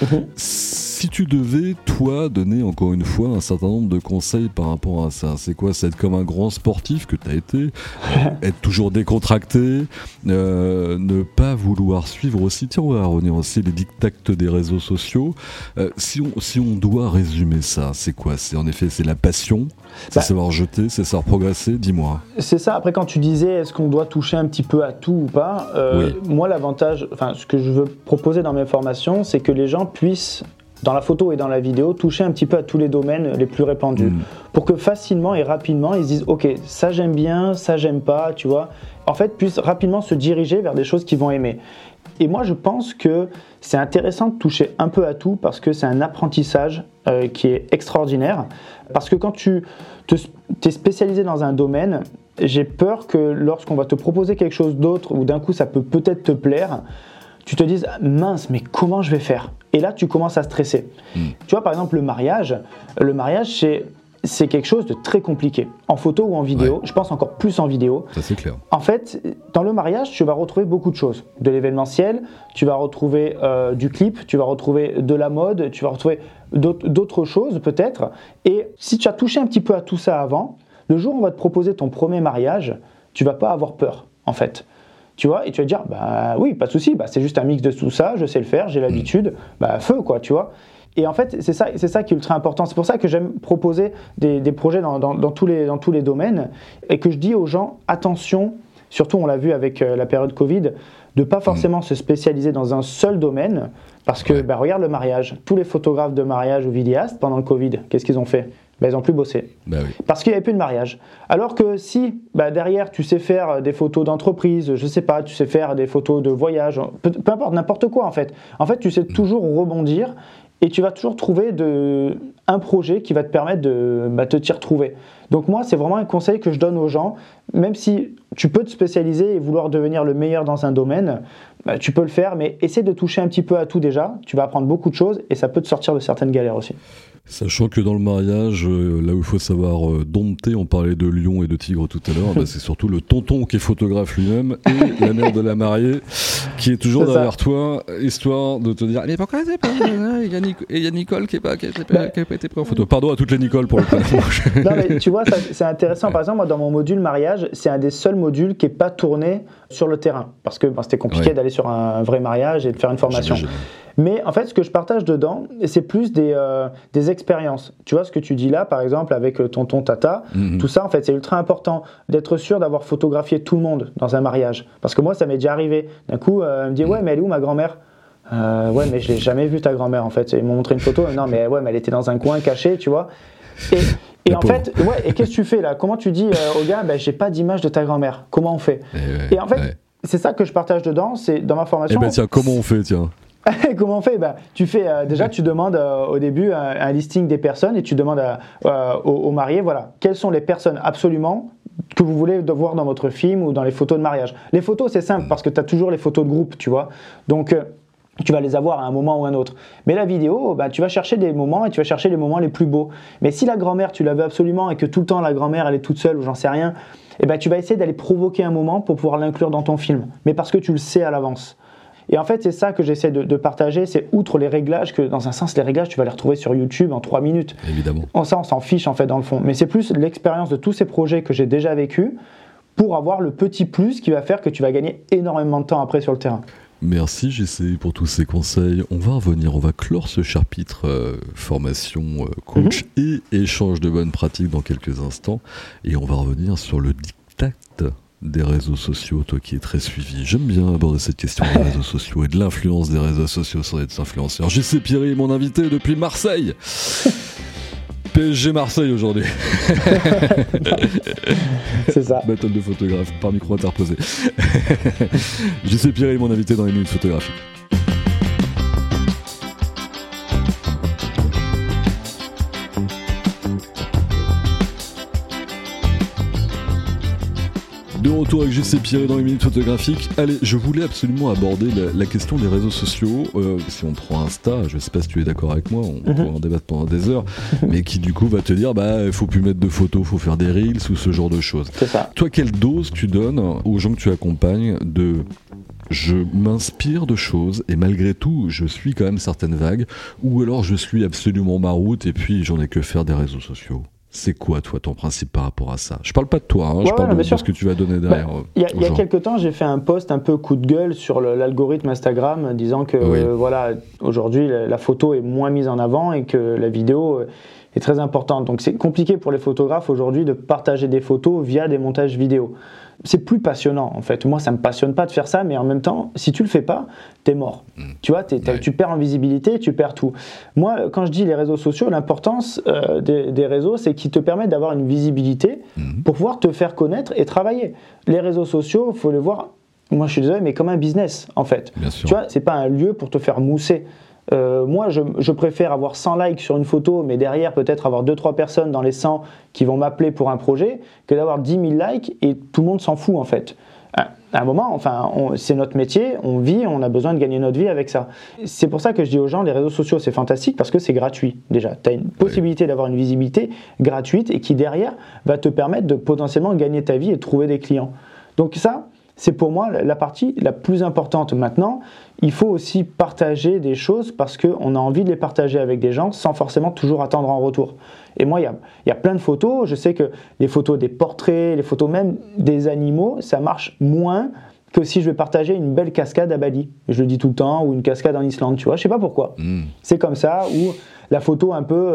Si tu devais, toi, donner encore une fois un certain nombre de conseils par rapport à ça, c'est quoi? C'est être comme un grand sportif que tu as été, être toujours décontracté, ne pas vouloir suivre aussi, tiens, on va revenir aussi les dictats des réseaux sociaux. Si on doit résumer ça, c'est quoi? C'est en effet, c'est la passion, c'est savoir jeter, c'est savoir progresser, dis-moi. C'est ça. Après, quand tu disais est-ce qu'on doit toucher un petit peu à tout ou pas, oui. Moi l'avantage, ce que je veux proposer dans mes formations, c'est que les gens puissent, dans la photo et dans la vidéo, toucher un petit peu à tous les domaines les plus répandus, pour que facilement et rapidement ils se disent ok, ça j'aime bien, ça j'aime pas, tu vois, en fait puissent rapidement se diriger vers des choses qu'ils vont aimer. Et moi je pense que c'est intéressant de toucher un peu à tout parce que c'est un apprentissage qui est extraordinaire, parce que quand tu t'es spécialisé dans un domaine, j'ai peur que lorsqu'on va te proposer quelque chose d'autre où d'un coup ça peut peut-être te plaire, tu te dises mince, mais comment je vais faire? Et là tu commences à stresser. Tu vois, par exemple le mariage c'est quelque chose de très compliqué, en photo ou en vidéo. Je pense encore plus en vidéo. Ça c'est clair. En fait, dans le mariage, tu vas retrouver beaucoup de choses. De l'événementiel, tu vas retrouver du clip, tu vas retrouver de la mode, tu vas retrouver d'autres choses peut-être. Et si tu as touché un petit peu à tout ça avant, le jour où on va te proposer ton premier mariage, tu vas pas avoir peur, en fait. Tu vois, et tu vas te dire, bah oui, pas de souci, c'est juste un mix de tout ça, je sais le faire, j'ai l'habitude, feu quoi, tu vois. Et en fait, c'est ça qui est ultra important. C'est pour ça que j'aime proposer des projets dans tous les domaines, et que je dis aux gens, attention, surtout on l'a vu avec la période Covid, de ne pas forcément se spécialiser dans un seul domaine, parce que regarde le mariage, tous les photographes de mariage ou vidéastes pendant le Covid, qu'est-ce qu'ils ont fait? Ils n'ont plus bossé, parce qu'il n'y avait plus de mariage. Alors que si derrière tu sais faire des photos d'entreprise, je sais pas, tu sais faire des photos de voyage, peu importe, n'importe quoi en fait tu sais toujours rebondir. Et tu vas toujours trouver un projet qui va te permettre de t'y retrouver. Donc moi, c'est vraiment un conseil que je donne aux gens. Même si tu peux te spécialiser et vouloir devenir le meilleur dans un domaine, tu peux le faire, mais essaie de toucher un petit peu à tout déjà. Tu vas apprendre beaucoup de choses et ça peut te sortir de certaines galères aussi. Sachant que dans le mariage, là où il faut savoir dompter, on parlait de lion et de tigre tout à l'heure, c'est surtout le tonton qui est photographe lui-même et la mère de la mariée qui est toujours derrière toi, histoire de te dire mais pourquoi c'est pas il y a Nicole qui n'a pas été prise en photo. Pardon à toutes les Nicole pour le coup. Non mais tu vois, c'est intéressant. Par exemple, moi dans mon module mariage, c'est un des seuls modules qui n'est pas tourné sur le terrain, parce que c'était compliqué d'aller sur un vrai mariage et de faire une formation. Mais en fait, ce que je partage dedans, c'est plus des expériences. Tu vois ce que tu dis là, par exemple, avec tonton, tata, tout ça, en fait, c'est ultra important d'être sûr d'avoir photographié tout le monde dans un mariage. Parce que moi, ça m'est déjà arrivé. D'un coup, elle me dit « Ouais, mais elle est où ma grand-mère ?» Ouais, mais je l'ai jamais vue ta grand-mère, en fait. Ils m'ont montré une photo. Non, mais ouais, mais elle était dans un coin caché, tu vois. Et en fait, et qu'est-ce que tu fais là? Comment tu dis au gars, j'ai pas d'image de ta grand-mère? Comment on fait? Et en fait, c'est ça que je partage dedans, c'est dans ma formation. Tiens, comment on fait, tiens? Comment on fait? Tu fais déjà, tu demandes au début un listing des personnes et tu demandes aux mariés, voilà, quelles sont les personnes absolument que vous voulez voir dans votre film ou dans les photos de mariage. Les photos, c'est simple parce que tu as toujours les photos de groupe, tu vois. Donc, tu vas les avoir à un moment ou un autre. Mais la vidéo, tu vas chercher des moments et tu vas chercher les moments les plus beaux. Mais si la grand-mère, tu la veux absolument et que tout le temps la grand-mère, elle est toute seule ou j'en sais rien, tu vas essayer d'aller provoquer un moment pour pouvoir l'inclure dans ton film. Mais parce que tu le sais à l'avance. Et en fait, c'est ça que j'essaie de partager, c'est outre les réglages, que dans un sens, les réglages, tu vas les retrouver sur YouTube en 3 minutes. Évidemment. Ça, on s'en fiche en fait dans le fond. Mais c'est plus l'expérience de tous ces projets que j'ai déjà vécu pour avoir le petit plus qui va faire que tu vas gagner énormément de temps après sur le terrain. Merci JC pour tous ces conseils. On va clore ce chapitre formation coach et échange de bonnes pratiques dans quelques instants. Et on va revenir sur le diktat des réseaux sociaux, toi qui es très suivi. J'aime bien aborder cette question des réseaux sociaux et de l'influence des réseaux sociaux sur les influenceurs. JC Pierry, mon invité depuis Marseille. PSG Marseille aujourd'hui. C'est ça. Battle de photographes par micro interposé. JC Pierry, mon invité dans les minutes photographiques. De retour avec JC Piré dans les minutes photographiques. Allez, je voulais absolument aborder la question des réseaux sociaux. Si on prend Insta, je sais pas si tu es d'accord avec moi, on pourrait en débattre pendant des heures, mais qui du coup va te dire il faut plus mettre de photos, faut faire des reels ou ce genre de choses. C'est ça. Toi, quelle dose tu donnes aux gens que tu accompagnes de je m'inspire de choses et malgré tout je suis quand même certaines vagues, ou alors je suis absolument ma route et puis j'en ai que faire des réseaux sociaux? C'est quoi, toi, ton principe par rapport à ça? Je parle pas de toi, je parle de ce que tu vas donner derrière. Il y a quelques temps, j'ai fait un post un peu coup de gueule sur l'algorithme Instagram, disant que voilà, aujourd'hui, la photo est moins mise en avant et que la vidéo est très importante. Donc c'est compliqué pour les photographes aujourd'hui de partager des photos via des montages vidéo. C'est plus passionnant en fait. Moi, ça me passionne pas de faire ça, mais en même temps, si tu le fais pas, t'es mort. Tu vois, tu perds en visibilité, tu perds tout. Moi, quand je dis les réseaux sociaux, l'importance des réseaux, c'est qu'ils te permettent d'avoir une visibilité pour pouvoir te faire connaître et travailler. Les réseaux sociaux, faut les voir. Moi, je suis désolé, mais comme un business en fait. Bien sûr. Tu vois, c'est pas un lieu pour te faire mousser. Moi, je préfère avoir 100 likes sur une photo, mais derrière, peut-être avoir 2-3 personnes dans les 100 qui vont m'appeler pour un projet, que d'avoir 10 000 likes et tout le monde s'en fout, en fait. À un moment, c'est notre métier, on vit, on a besoin de gagner notre vie avec ça. C'est pour ça que je dis aux gens, les réseaux sociaux, c'est fantastique parce que c'est gratuit, déjà. Tu as une possibilité d'avoir une visibilité gratuite et qui, derrière, va te permettre de potentiellement gagner ta vie et de trouver des clients. Donc ça, c'est pour moi la partie la plus importante. Maintenant, il faut aussi partager des choses parce qu'on a envie de les partager avec des gens sans forcément toujours attendre en retour. Et moi, il y a plein de photos. Je sais que les photos des portraits, les photos même des animaux, ça marche moins que si je vais partager une belle cascade à Bali. Je le dis tout le temps, ou une cascade en Islande, tu vois. Je sais pas pourquoi. C'est comme ça, ou la photo un peu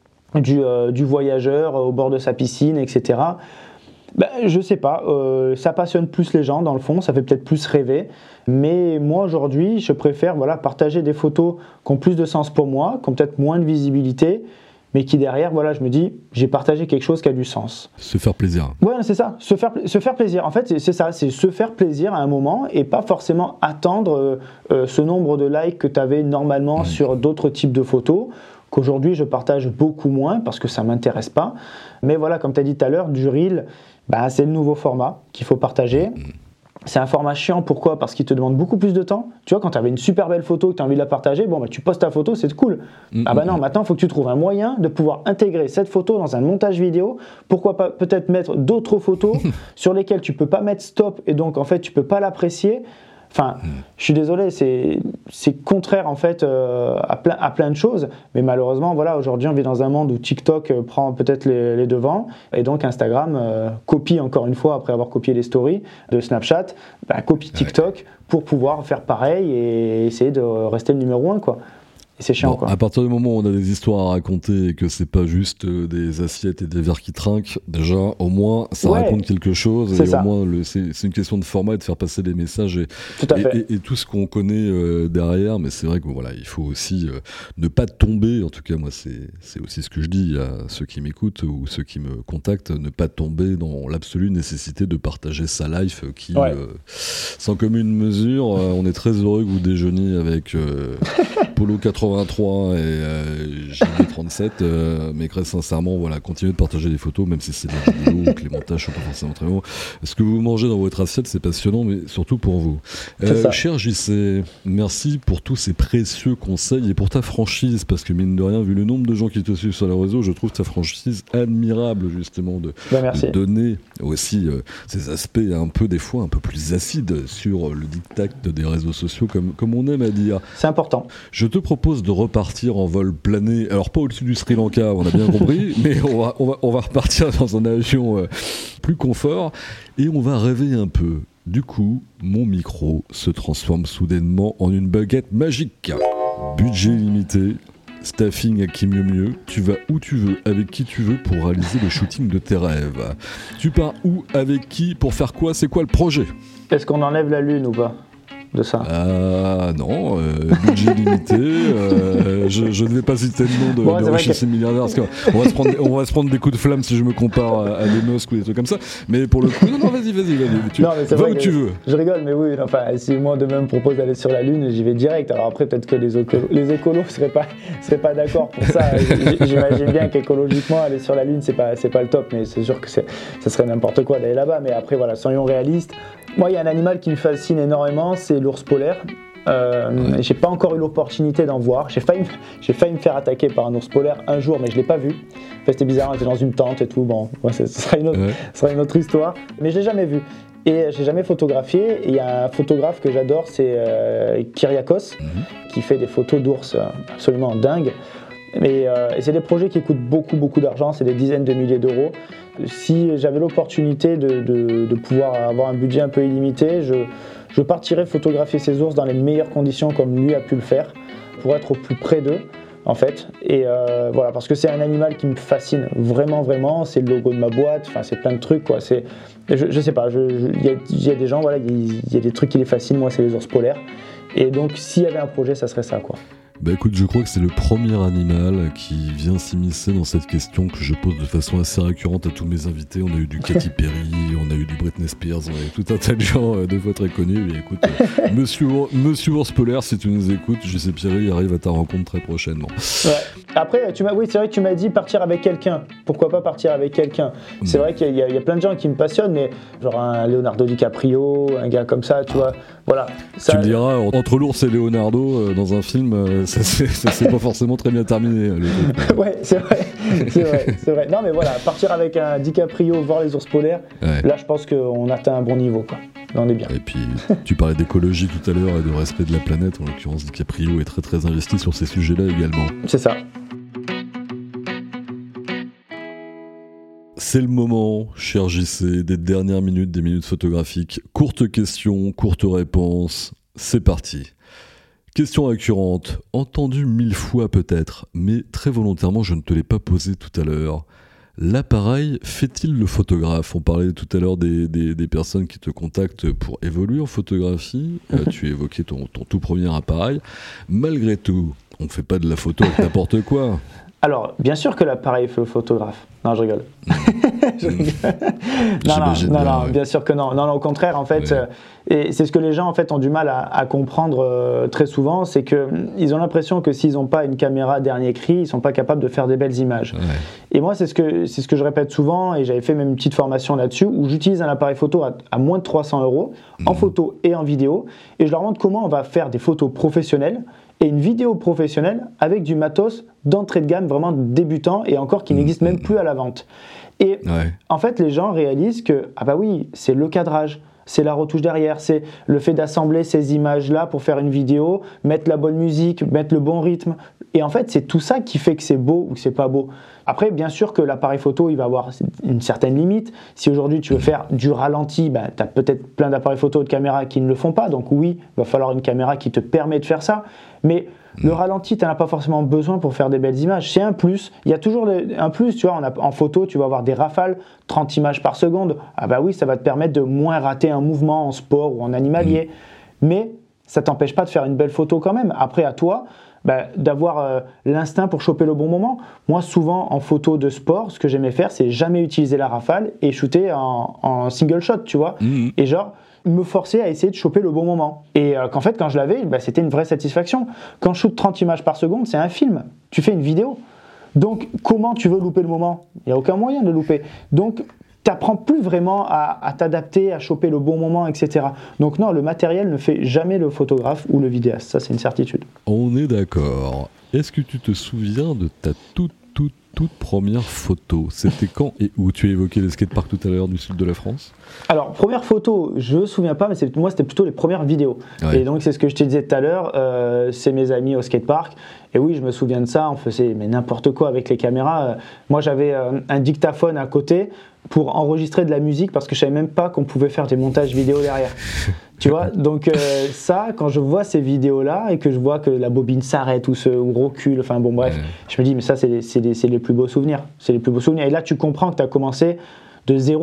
du voyageur au bord de sa piscine, etc. Je sais pas, ça passionne plus les gens dans le fond, ça fait peut-être plus rêver, mais moi aujourd'hui je préfère partager des photos qui ont plus de sens pour moi, qui ont peut-être moins de visibilité, mais qui derrière, je me dis, j'ai partagé quelque chose qui a du sens. Se faire plaisir. Ouais, c'est ça, se faire plaisir. En fait, c'est ça, c'est se faire plaisir à un moment et pas forcément attendre ce nombre de likes que tu avais normalement sur d'autres types de photos, qu'aujourd'hui je partage beaucoup moins parce que ça m'intéresse pas. Mais voilà, comme tu as dit tout à l'heure, du reel, c'est le nouveau format qu'il faut partager. C'est un format chiant, pourquoi ? Parce qu'il te demande beaucoup plus de temps. Tu vois, quand tu avais une super belle photo que tu as envie de la partager, tu postes ta photo, c'est cool. Non, maintenant il faut que tu trouves un moyen de pouvoir intégrer cette photo dans un montage vidéo. Pourquoi pas peut-être mettre d'autres photos sur lesquelles tu peux pas mettre stop et donc en fait tu peux pas l'apprécier. Enfin, je suis désolé, c'est contraire en fait à plein de choses, mais malheureusement, aujourd'hui on vit dans un monde où TikTok prend peut-être les devants, et donc Instagram copie encore une fois, après avoir copié les stories de Snapchat, copie TikTok pour pouvoir faire pareil et essayer de rester le numéro 1, quoi. Et c'est chiant, quoi. À partir du moment où on a des histoires à raconter et que c'est pas juste des assiettes et des verres qui trinquent, déjà, au moins, ça raconte quelque chose. Et au moins, c'est une question de format et de faire passer des messages et tout ce qu'on connaît derrière. Mais c'est vrai que il faut aussi ne pas tomber. En tout cas, moi, c'est aussi ce que je dis à ceux qui m'écoutent ou ceux qui me contactent, ne pas tomber dans l'absolue nécessité de partager sa life qui, sans commune mesure, on est très heureux que vous déjeuniez avec Polo 83 et JB37, mais très sincèrement, continuez de partager des photos, même si c'est des vidéos ou que les montages sont pas forcément très bons. Ce que vous mangez dans votre assiette, c'est passionnant, mais surtout pour vous. Cher JC, merci pour tous ces précieux conseils et pour ta franchise, parce que mine de rien, vu le nombre de gens qui te suivent sur les réseaux, je trouve ta franchise admirable, justement, de donner aussi ces aspects des fois un peu plus acides sur le diktat des réseaux sociaux, comme on aime à dire. C'est important. Je te propose de repartir en vol plané, alors pas au-dessus du Sri Lanka, on a bien compris, mais on va repartir dans un avion plus confort et on va rêver un peu. Du coup, mon micro se transforme soudainement en une baguette magique. Budget limité, staffing à qui mieux, tu vas où tu veux, avec qui tu veux pour réaliser le shooting de tes rêves. Tu pars où, avec qui, pour faire quoi, c'est quoi le projet ? Est-ce qu'on enlève la lune ou pas ? de ça. Ah non, budget limité. Je ne vais pas citer le nom de richissime milliardaire parce qu'on va se prendre des coups de flamme si je me compare à des Musk ou des trucs comme ça. Mais pour le coup, non, vas-y. Va où tu veux. Je rigole, mais oui, enfin, si moi demain me propose d'aller sur la Lune, j'y vais direct. Alors après, peut-être que les écolos seraient pas d'accord pour ça. J'imagine bien qu'écologiquement, aller sur la Lune, c'est pas le top, mais c'est sûr que ça serait n'importe quoi d'aller là-bas. Mais après, voilà, soyons réalistes. Moi, il y a un animal qui me fascine énormément, c'est l'ours polaire. J'ai pas encore eu l'opportunité d'en voir. J'ai failli me faire attaquer par un ours polaire un jour, mais je l'ai pas vu. Enfin, c'était bizarre, j'étais dans une tente et tout. Bon, ce sera une autre histoire. Mais je l'ai jamais vu. Et je l'ai jamais photographié. Et il y a un photographe que j'adore, c'est Kyriakos, qui fait des photos d'ours absolument dingues. Et c'est des projets qui coûtent beaucoup d'argent, c'est des dizaines de milliers d'euros. Si j'avais l'opportunité de pouvoir avoir un budget un peu illimité, je partirais photographier ces ours dans les meilleures conditions comme lui a pu le faire, pour être au plus près d'eux en fait. Et voilà, parce que c'est un animal qui me fascine vraiment, c'est le logo de ma boîte, enfin c'est plein de trucs quoi. Je sais pas, il y a des gens, voilà, il y a des trucs qui les fascinent, moi c'est les ours polaires. Et donc s'il y avait un projet, ça serait ça quoi. Bah écoute, je crois que c'est le premier animal qui vient s'immiscer dans cette question que je pose de façon assez récurrente à tous mes invités. On a eu du Katy Perry, on a eu du Britney Spears, on a eu tout un tas de gens de fois très connus. Et écoute, Monsieur Ours Polaire, si tu nous écoutes, je sais Pierry arrive à ta rencontre très prochainement. Ouais. Après, c'est vrai que tu m'as dit partir avec quelqu'un. Pourquoi pas partir avec quelqu'un ? C'est vrai qu'il y a plein de gens qui me passionnent, mais genre un Leonardo DiCaprio, un gars comme ça, tu vois. Voilà. Ça, tu le diras, entre l'ours et Leonardo, dans un film, ça s'est pas forcément très bien terminé. Ouais, c'est vrai. Non, mais voilà, partir avec un DiCaprio, voir les ours polaires, là, je pense qu'on atteint un bon niveau, quoi. Là, on est bien. Et puis, tu parlais d'écologie tout à l'heure et de respect de la planète. En l'occurrence, DiCaprio est très investi sur ces sujets-là également. C'est ça. C'est le moment, cher JC, des dernières minutes, des minutes photographiques. Courte question, courte réponse. C'est parti. Question récurrente, entendue 1000 fois peut-être, mais très volontairement je ne te l'ai pas posée tout à l'heure. L'appareil fait-il le photographe ? On parlait tout à l'heure des personnes qui te contactent pour évoluer en photographie. Tu évoquais ton tout premier appareil. Malgré tout, on ne fait pas de la photo avec n'importe quoi. Alors, bien sûr que l'appareil fait le photographe. Non, je rigole. Non, bien sûr que non. Non, au contraire, en fait, et c'est ce que les gens en fait ont du mal à comprendre très souvent, c'est qu'ils ont l'impression que s'ils n'ont pas une caméra dernier cri, ils ne sont pas capables de faire des belles images. Ouais. Et moi, c'est ce que je répète souvent, et j'avais fait même une petite formation là-dessus, où j'utilise un appareil photo à moins de 300 € en photo et en vidéo, et je leur montre comment on va faire des photos professionnelles et une vidéo professionnelle avec du matos d'entrée de gamme vraiment débutant et encore qui n'existe même plus à la vente. Et en fait, les gens réalisent que, ah bah oui, c'est le cadrage, c'est la retouche derrière, c'est le fait d'assembler ces images-là pour faire une vidéo, mettre la bonne musique, mettre le bon rythme. Et en fait, c'est tout ça qui fait que c'est beau ou que c'est pas beau. Après, bien sûr que l'appareil photo, il va avoir une certaine limite. Si aujourd'hui tu veux faire du ralenti, tu as peut-être plein d'appareils photo et de caméras qui ne le font pas. Donc oui, il va falloir une caméra qui te permet de faire ça. Mais le ralenti, tu n'en as pas forcément besoin pour faire des belles images. C'est un plus. Il y a toujours un plus. Tu vois, en photo, tu vas avoir des rafales, 30 images par seconde. Ah bah oui, ça va te permettre de moins rater un mouvement en sport ou en animalier. Mais ça ne t'empêche pas de faire une belle photo quand même. Après, à toi d'avoir l'instinct pour choper le bon moment. Moi, souvent, en photo de sport, ce que j'aimais faire, c'est jamais utiliser la rafale et shooter en single shot, tu vois. Et genre, me forcer à essayer de choper le bon moment. Et qu'en fait, quand je l'avais, c'était une vraie satisfaction. Quand je shoot 30 images par seconde, c'est un film. Tu fais une vidéo. Donc, comment tu veux louper le moment ? Il n'y a aucun moyen de le louper. Donc, tu n'apprends plus vraiment à t'adapter, à choper le bon moment, etc. Donc non, le matériel ne fait jamais le photographe ou le vidéaste. Ça, c'est une certitude. On est d'accord. Est-ce que tu te souviens de ta toute première photo ? C'était quand et où ? Tu as évoqué les skateparks tout à l'heure du sud de la France. Alors, première photo, je ne me souviens pas, mais moi, c'était plutôt les premières vidéos. Ouais. Et donc, c'est ce que je te disais tout à l'heure, c'est mes amis au skatepark. Et oui, je me souviens de ça, on faisait n'importe quoi avec les caméras. Moi, j'avais un dictaphone à côté pour enregistrer de la musique parce que je ne savais même pas qu'on pouvait faire des montages vidéo derrière. Tu vois, donc ça, quand je vois ces vidéos-là et que je vois que la bobine s'arrête ou recule, enfin bon bref, je me dis mais ça c'est les plus beaux souvenirs. C'est les plus beaux souvenirs. Et là tu comprends que tu as commencé de zéro.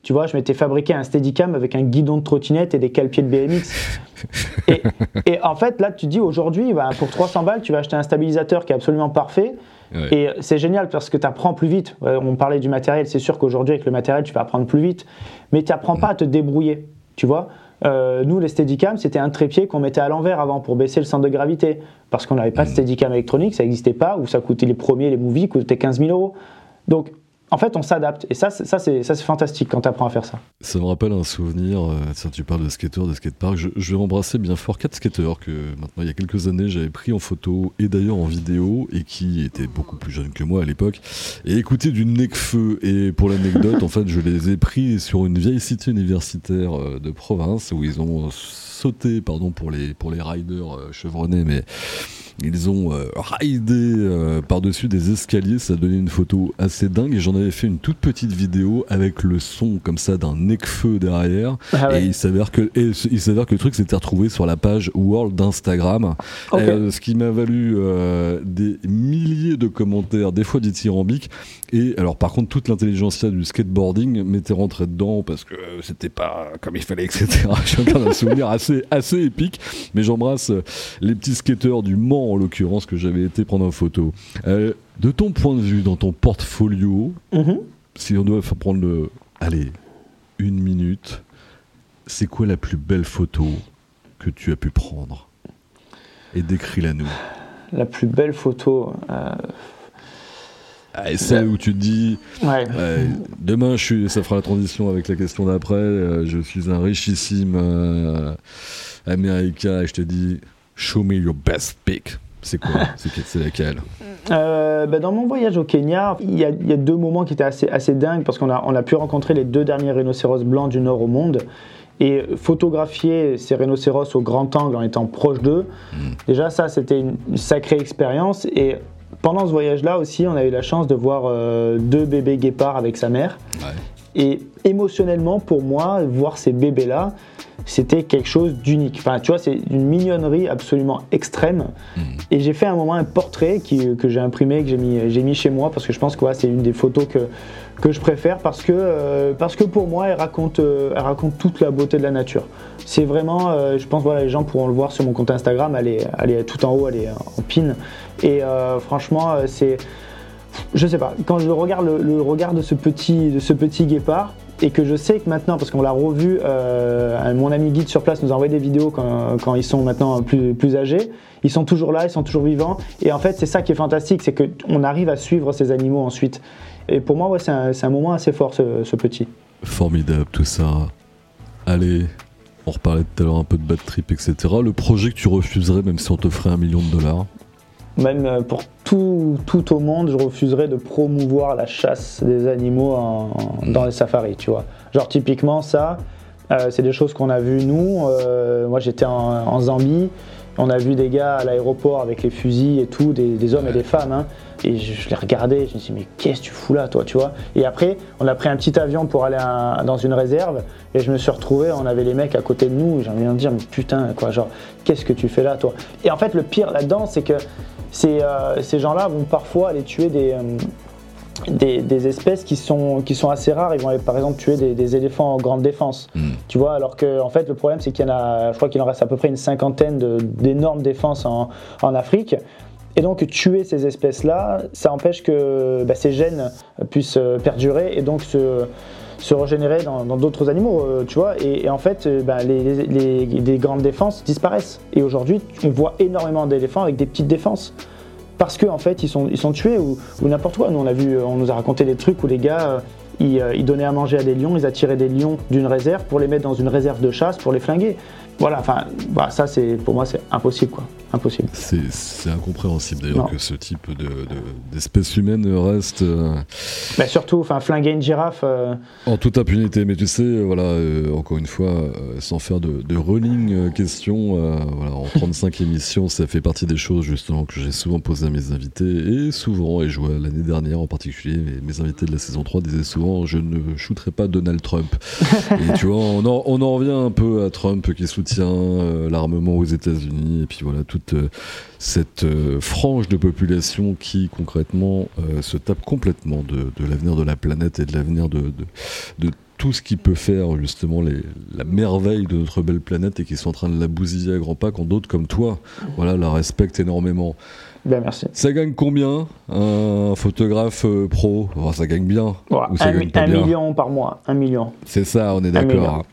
Tu vois, je m'étais fabriqué un Steadicam avec un guidon de trottinette et des cale-pieds de BMX. et en fait, là, tu te dis aujourd'hui, pour 300 balles, tu vas acheter un stabilisateur qui est absolument parfait. Ouais. Et c'est génial parce que tu apprends plus vite. On parlait du matériel, c'est sûr qu'aujourd'hui, avec le matériel, tu vas apprendre plus vite. Mais tu n'apprends pas à te débrouiller. Tu vois, nous, les Steadicam, c'était un trépied qu'on mettait à l'envers avant pour baisser le centre de gravité. Parce qu'on n'avait pas de Steadicam électronique, ça n'existait pas, ou ça coûtait les premiers, les Movie, coûtaient 15 000 €. Donc, en fait, on s'adapte. Et ça, c'est fantastique quand tu apprends à faire ça. Ça me rappelle un souvenir. Tiens, tu parles de skateurs, de skatepark. Je vais embrasser bien fort 4 skateurs que maintenant, il y a quelques années, j'avais pris en photo et d'ailleurs en vidéo et qui étaient beaucoup plus jeunes que moi à l'époque et écoutaient du Necfeu. Et pour l'anecdote, en fait, je les ai pris sur une vieille cité universitaire de province où ils ont sauté, pardon pour les riders chevronnés, mais ils ont ridé par-dessus des escaliers. Ça donnait une photo assez dingue et j'en avais fait une toute petite vidéo avec le son comme ça d'un Necfeu derrière. Ah ouais. Et il s'avère que le truc s'était retrouvé sur la page World d'Instagram. Okay. Ce qui m'a valu des milliers de commentaires, des fois dithyrambiques. Et alors par contre toute l'intelligentsia du skateboarding m'était rentrée dedans parce que c'était pas comme il fallait, etc. J'ai encore un souvenir assez épique. Mais j'embrasse les petits skateurs du Mans en l'occurrence que j'avais été prendre en photo. De ton point de vue, dans ton portfolio, si on doit prendre une minute, c'est quoi la plus belle photo que tu as pu prendre? Et décris-la nous. La plus belle photo... et celle où tu te dis demain ça fera la transition avec la question d'après, je suis un richissime américain et je te dis show me your best pic. C'est quoi? C'est laquelle? Dans mon voyage au Kenya, il y a 2 moments qui étaient assez dingues parce qu'on a pu rencontrer les 2 derniers rhinocéros blancs du nord au monde et photographier ces rhinocéros au grand angle en étant proche d'eux, déjà ça c'était une sacrée expérience. Et pendant ce voyage-là aussi, on a eu la chance de voir 2 bébés guépards avec sa mère. Ouais. Et émotionnellement, pour moi, voir ces bébés-là, c'était quelque chose d'unique. Enfin, tu vois, c'est une mignonnerie absolument extrême. Et j'ai fait un portrait que j'ai imprimé, que j'ai mis chez moi, parce que je pense que c'est une des photos que je préfère, parce que pour moi, elle raconte toute la beauté de la nature. C'est vraiment, je pense, les gens pourront le voir sur mon compte Instagram, elle est tout en haut, elle est en pin. Et franchement, c'est... Je sais pas, quand je regarde le regard de ce petit guépard, et que je sais que maintenant, parce qu'on l'a revu, mon ami guide sur place nous a envoyé des vidéos quand ils sont maintenant plus âgés, ils sont toujours là, ils sont toujours vivants, et en fait c'est ça qui est fantastique, c'est qu'on arrive à suivre ces animaux ensuite. Et pour moi, c'est un moment assez fort ce petit. Formidable tout ça. Allez, on reparlait tout à l'heure un peu de bad trip, etc. Le projet que tu refuserais même si on te ferait $1 million? Même pour tout au monde, je refuserais de promouvoir la chasse des animaux dans les safaris, tu vois. Genre typiquement ça, c'est des choses qu'on a vues nous. Moi j'étais en Zambie, on a vu des gars à l'aéroport avec les fusils et tout, des hommes et des femmes, hein. Et je les regardais, je me suis dit mais qu'est-ce que tu fous là toi, tu vois. Et après on a pris un petit avion pour aller dans une réserve et je me suis retrouvé, on avait les mecs à côté de nous et j'ai envie de dire mais putain quoi, genre qu'est-ce que tu fais là toi. Et en fait le pire là-dedans c'est que ces gens-là vont parfois aller tuer des espèces qui sont assez rares. Ils vont aller, par exemple tuer des éléphants en grande défense. Tu vois, alors que en fait le problème c'est qu'il y en a, je crois qu'il en reste à peu près une 50aine d'énormes défenses en Afrique. Et donc tuer ces espèces-là, ça empêche que ces gènes puissent perdurer et donc se régénérer dans d'autres animaux, tu vois. Et en fait, les grandes défenses disparaissent. Et aujourd'hui, on voit énormément d'éléphants avec des petites défenses. Parce qu'en fait, ils sont tués ou n'importe quoi. Nous, on nous a raconté des trucs où les gars, ils donnaient à manger à des lions, ils attiraient des lions d'une réserve pour les mettre dans une réserve de chasse pour les flinguer. Voilà, enfin, ça, pour moi, c'est impossible, quoi. Impossible. C'est incompréhensible d'ailleurs que ce type d'espèce humaine reste. Surtout, flinguer une girafe. En toute impunité, mais tu sais, voilà, encore une fois, sans faire de running question, voilà, en 35 émissions, ça fait partie des choses justement que j'ai souvent posées à mes invités, et souvent, et je vois l'année dernière en particulier, mes invités de la saison 3 disaient souvent, je ne shooterai pas Donald Trump. Et tu vois, on en revient un peu à Trump qui soutient l'armement aux États-Unis, et puis voilà, toute cette frange de population qui concrètement se tape complètement de l'avenir de la planète et de l'avenir de tout ce qui peut faire justement la merveille de notre belle planète et qui sont en train de la bousiller à grands pas, quand d'autres comme toi la respectent énormément. Ben, merci. Ça gagne combien un photographe pro? Ça gagne bien. Ouais, ou ça gagne pas bien? 1 million par mois. 1 million. C'est ça, on est d'accord.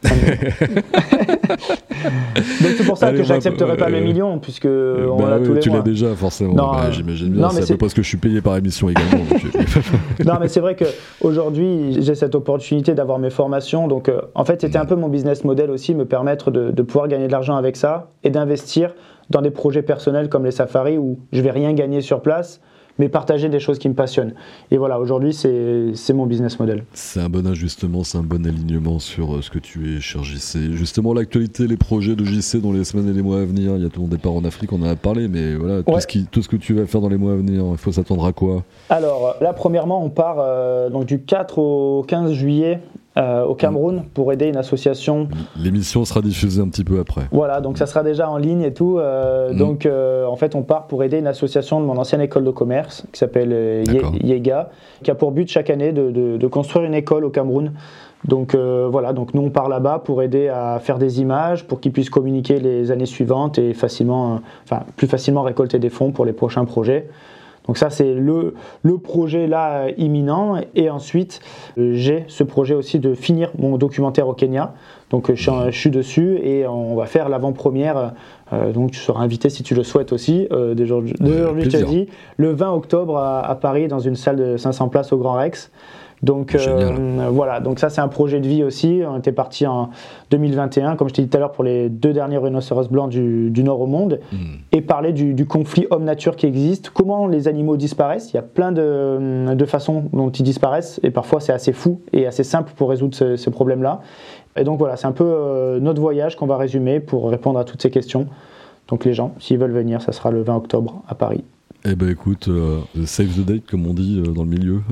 Donc c'est pour ça que j'accepterai pas le million, puisque on l'a tous les tu mois. l'as déjà forcément. Non, j'imagine bien. C'est à peu près ce que je suis payé par émission également. Non, mais c'est vrai qu'aujourd'hui j'ai cette opportunité d'avoir mes formations. Donc en fait c'était un peu mon business model aussi, me permettre de pouvoir gagner de l'argent avec ça et d'investir dans des projets personnels comme les safaris où je vais rien gagner sur place, mais partager des choses qui me passionnent. Et voilà, aujourd'hui, c'est mon business model. C'est un bon ajustement, c'est un bon alignement sur ce que tu es, cher JC. Justement, l'actualité, les projets de JC dans les semaines et les mois à venir, il y a ton départ en Afrique, on en a parlé, mais voilà, tout ce que tu vas faire dans les mois à venir, il faut s'attendre à quoi? Alors, là, premièrement, on part donc du 4 au 15 juillet au Cameroun pour aider une association. L'émission sera diffusée un petit peu après. Voilà, donc ça sera déjà en ligne et tout. Donc en fait, on part pour aider une association de mon ancienne école de commerce qui s'appelle Yega, qui a pour but chaque année de construire une école au Cameroun. Donc voilà, donc nous on part là-bas pour aider à faire des images, pour qu'ils puissent communiquer les années suivantes et plus facilement récolter des fonds pour les prochains projets. Donc ça c'est le projet là imminent, et ensuite j'ai ce projet aussi de finir mon documentaire au Kenya. Donc je suis dessus et on va faire l'avant-première, donc tu seras invité si tu le souhaites aussi, d'aujourd'hui je te dis, le 20 octobre à Paris dans une salle de 500 places au Grand Rex. Donc voilà, donc ça c'est un projet de vie aussi. On était parti en 2021, comme je t'ai dit tout à l'heure, pour les 2 derniers rhinocéros blancs du nord au monde, et parler du conflit homme-nature qui existe, comment les animaux disparaissent. Il y a plein de façons dont ils disparaissent, et parfois c'est assez fou et assez simple pour résoudre ce problème-là. Et donc voilà, c'est un peu notre voyage qu'on va résumer pour répondre à toutes ces questions. Donc les gens, s'ils veulent venir, ça sera le 20 octobre à Paris. Eh ben écoute, save the date comme on dit dans le milieu.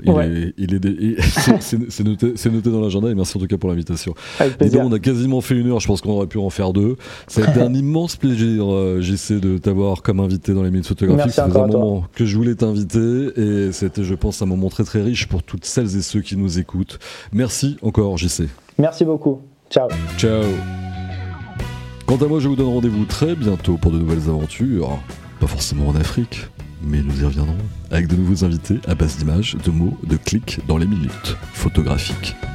C'est noté dans l'agenda, et merci en tout cas pour l'invitation. Avec plaisir. On a quasiment fait 1 heure, je pense qu'on aurait pu en faire 2. Ça a été un immense plaisir, JC, de t'avoir comme invité dans les minutes photographiques. Merci C'était un encore moment que je voulais t'inviter, et c'était, je pense, un moment très très riche pour toutes celles et ceux qui nous écoutent. Merci encore, JC. Merci beaucoup. Ciao. Ciao. Quant à moi, je vous donne rendez-vous très bientôt pour de nouvelles aventures. Pas forcément en Afrique, mais nous y reviendrons avec de nouveaux invités à base d'images, de mots, de clics dans les minutes photographiques.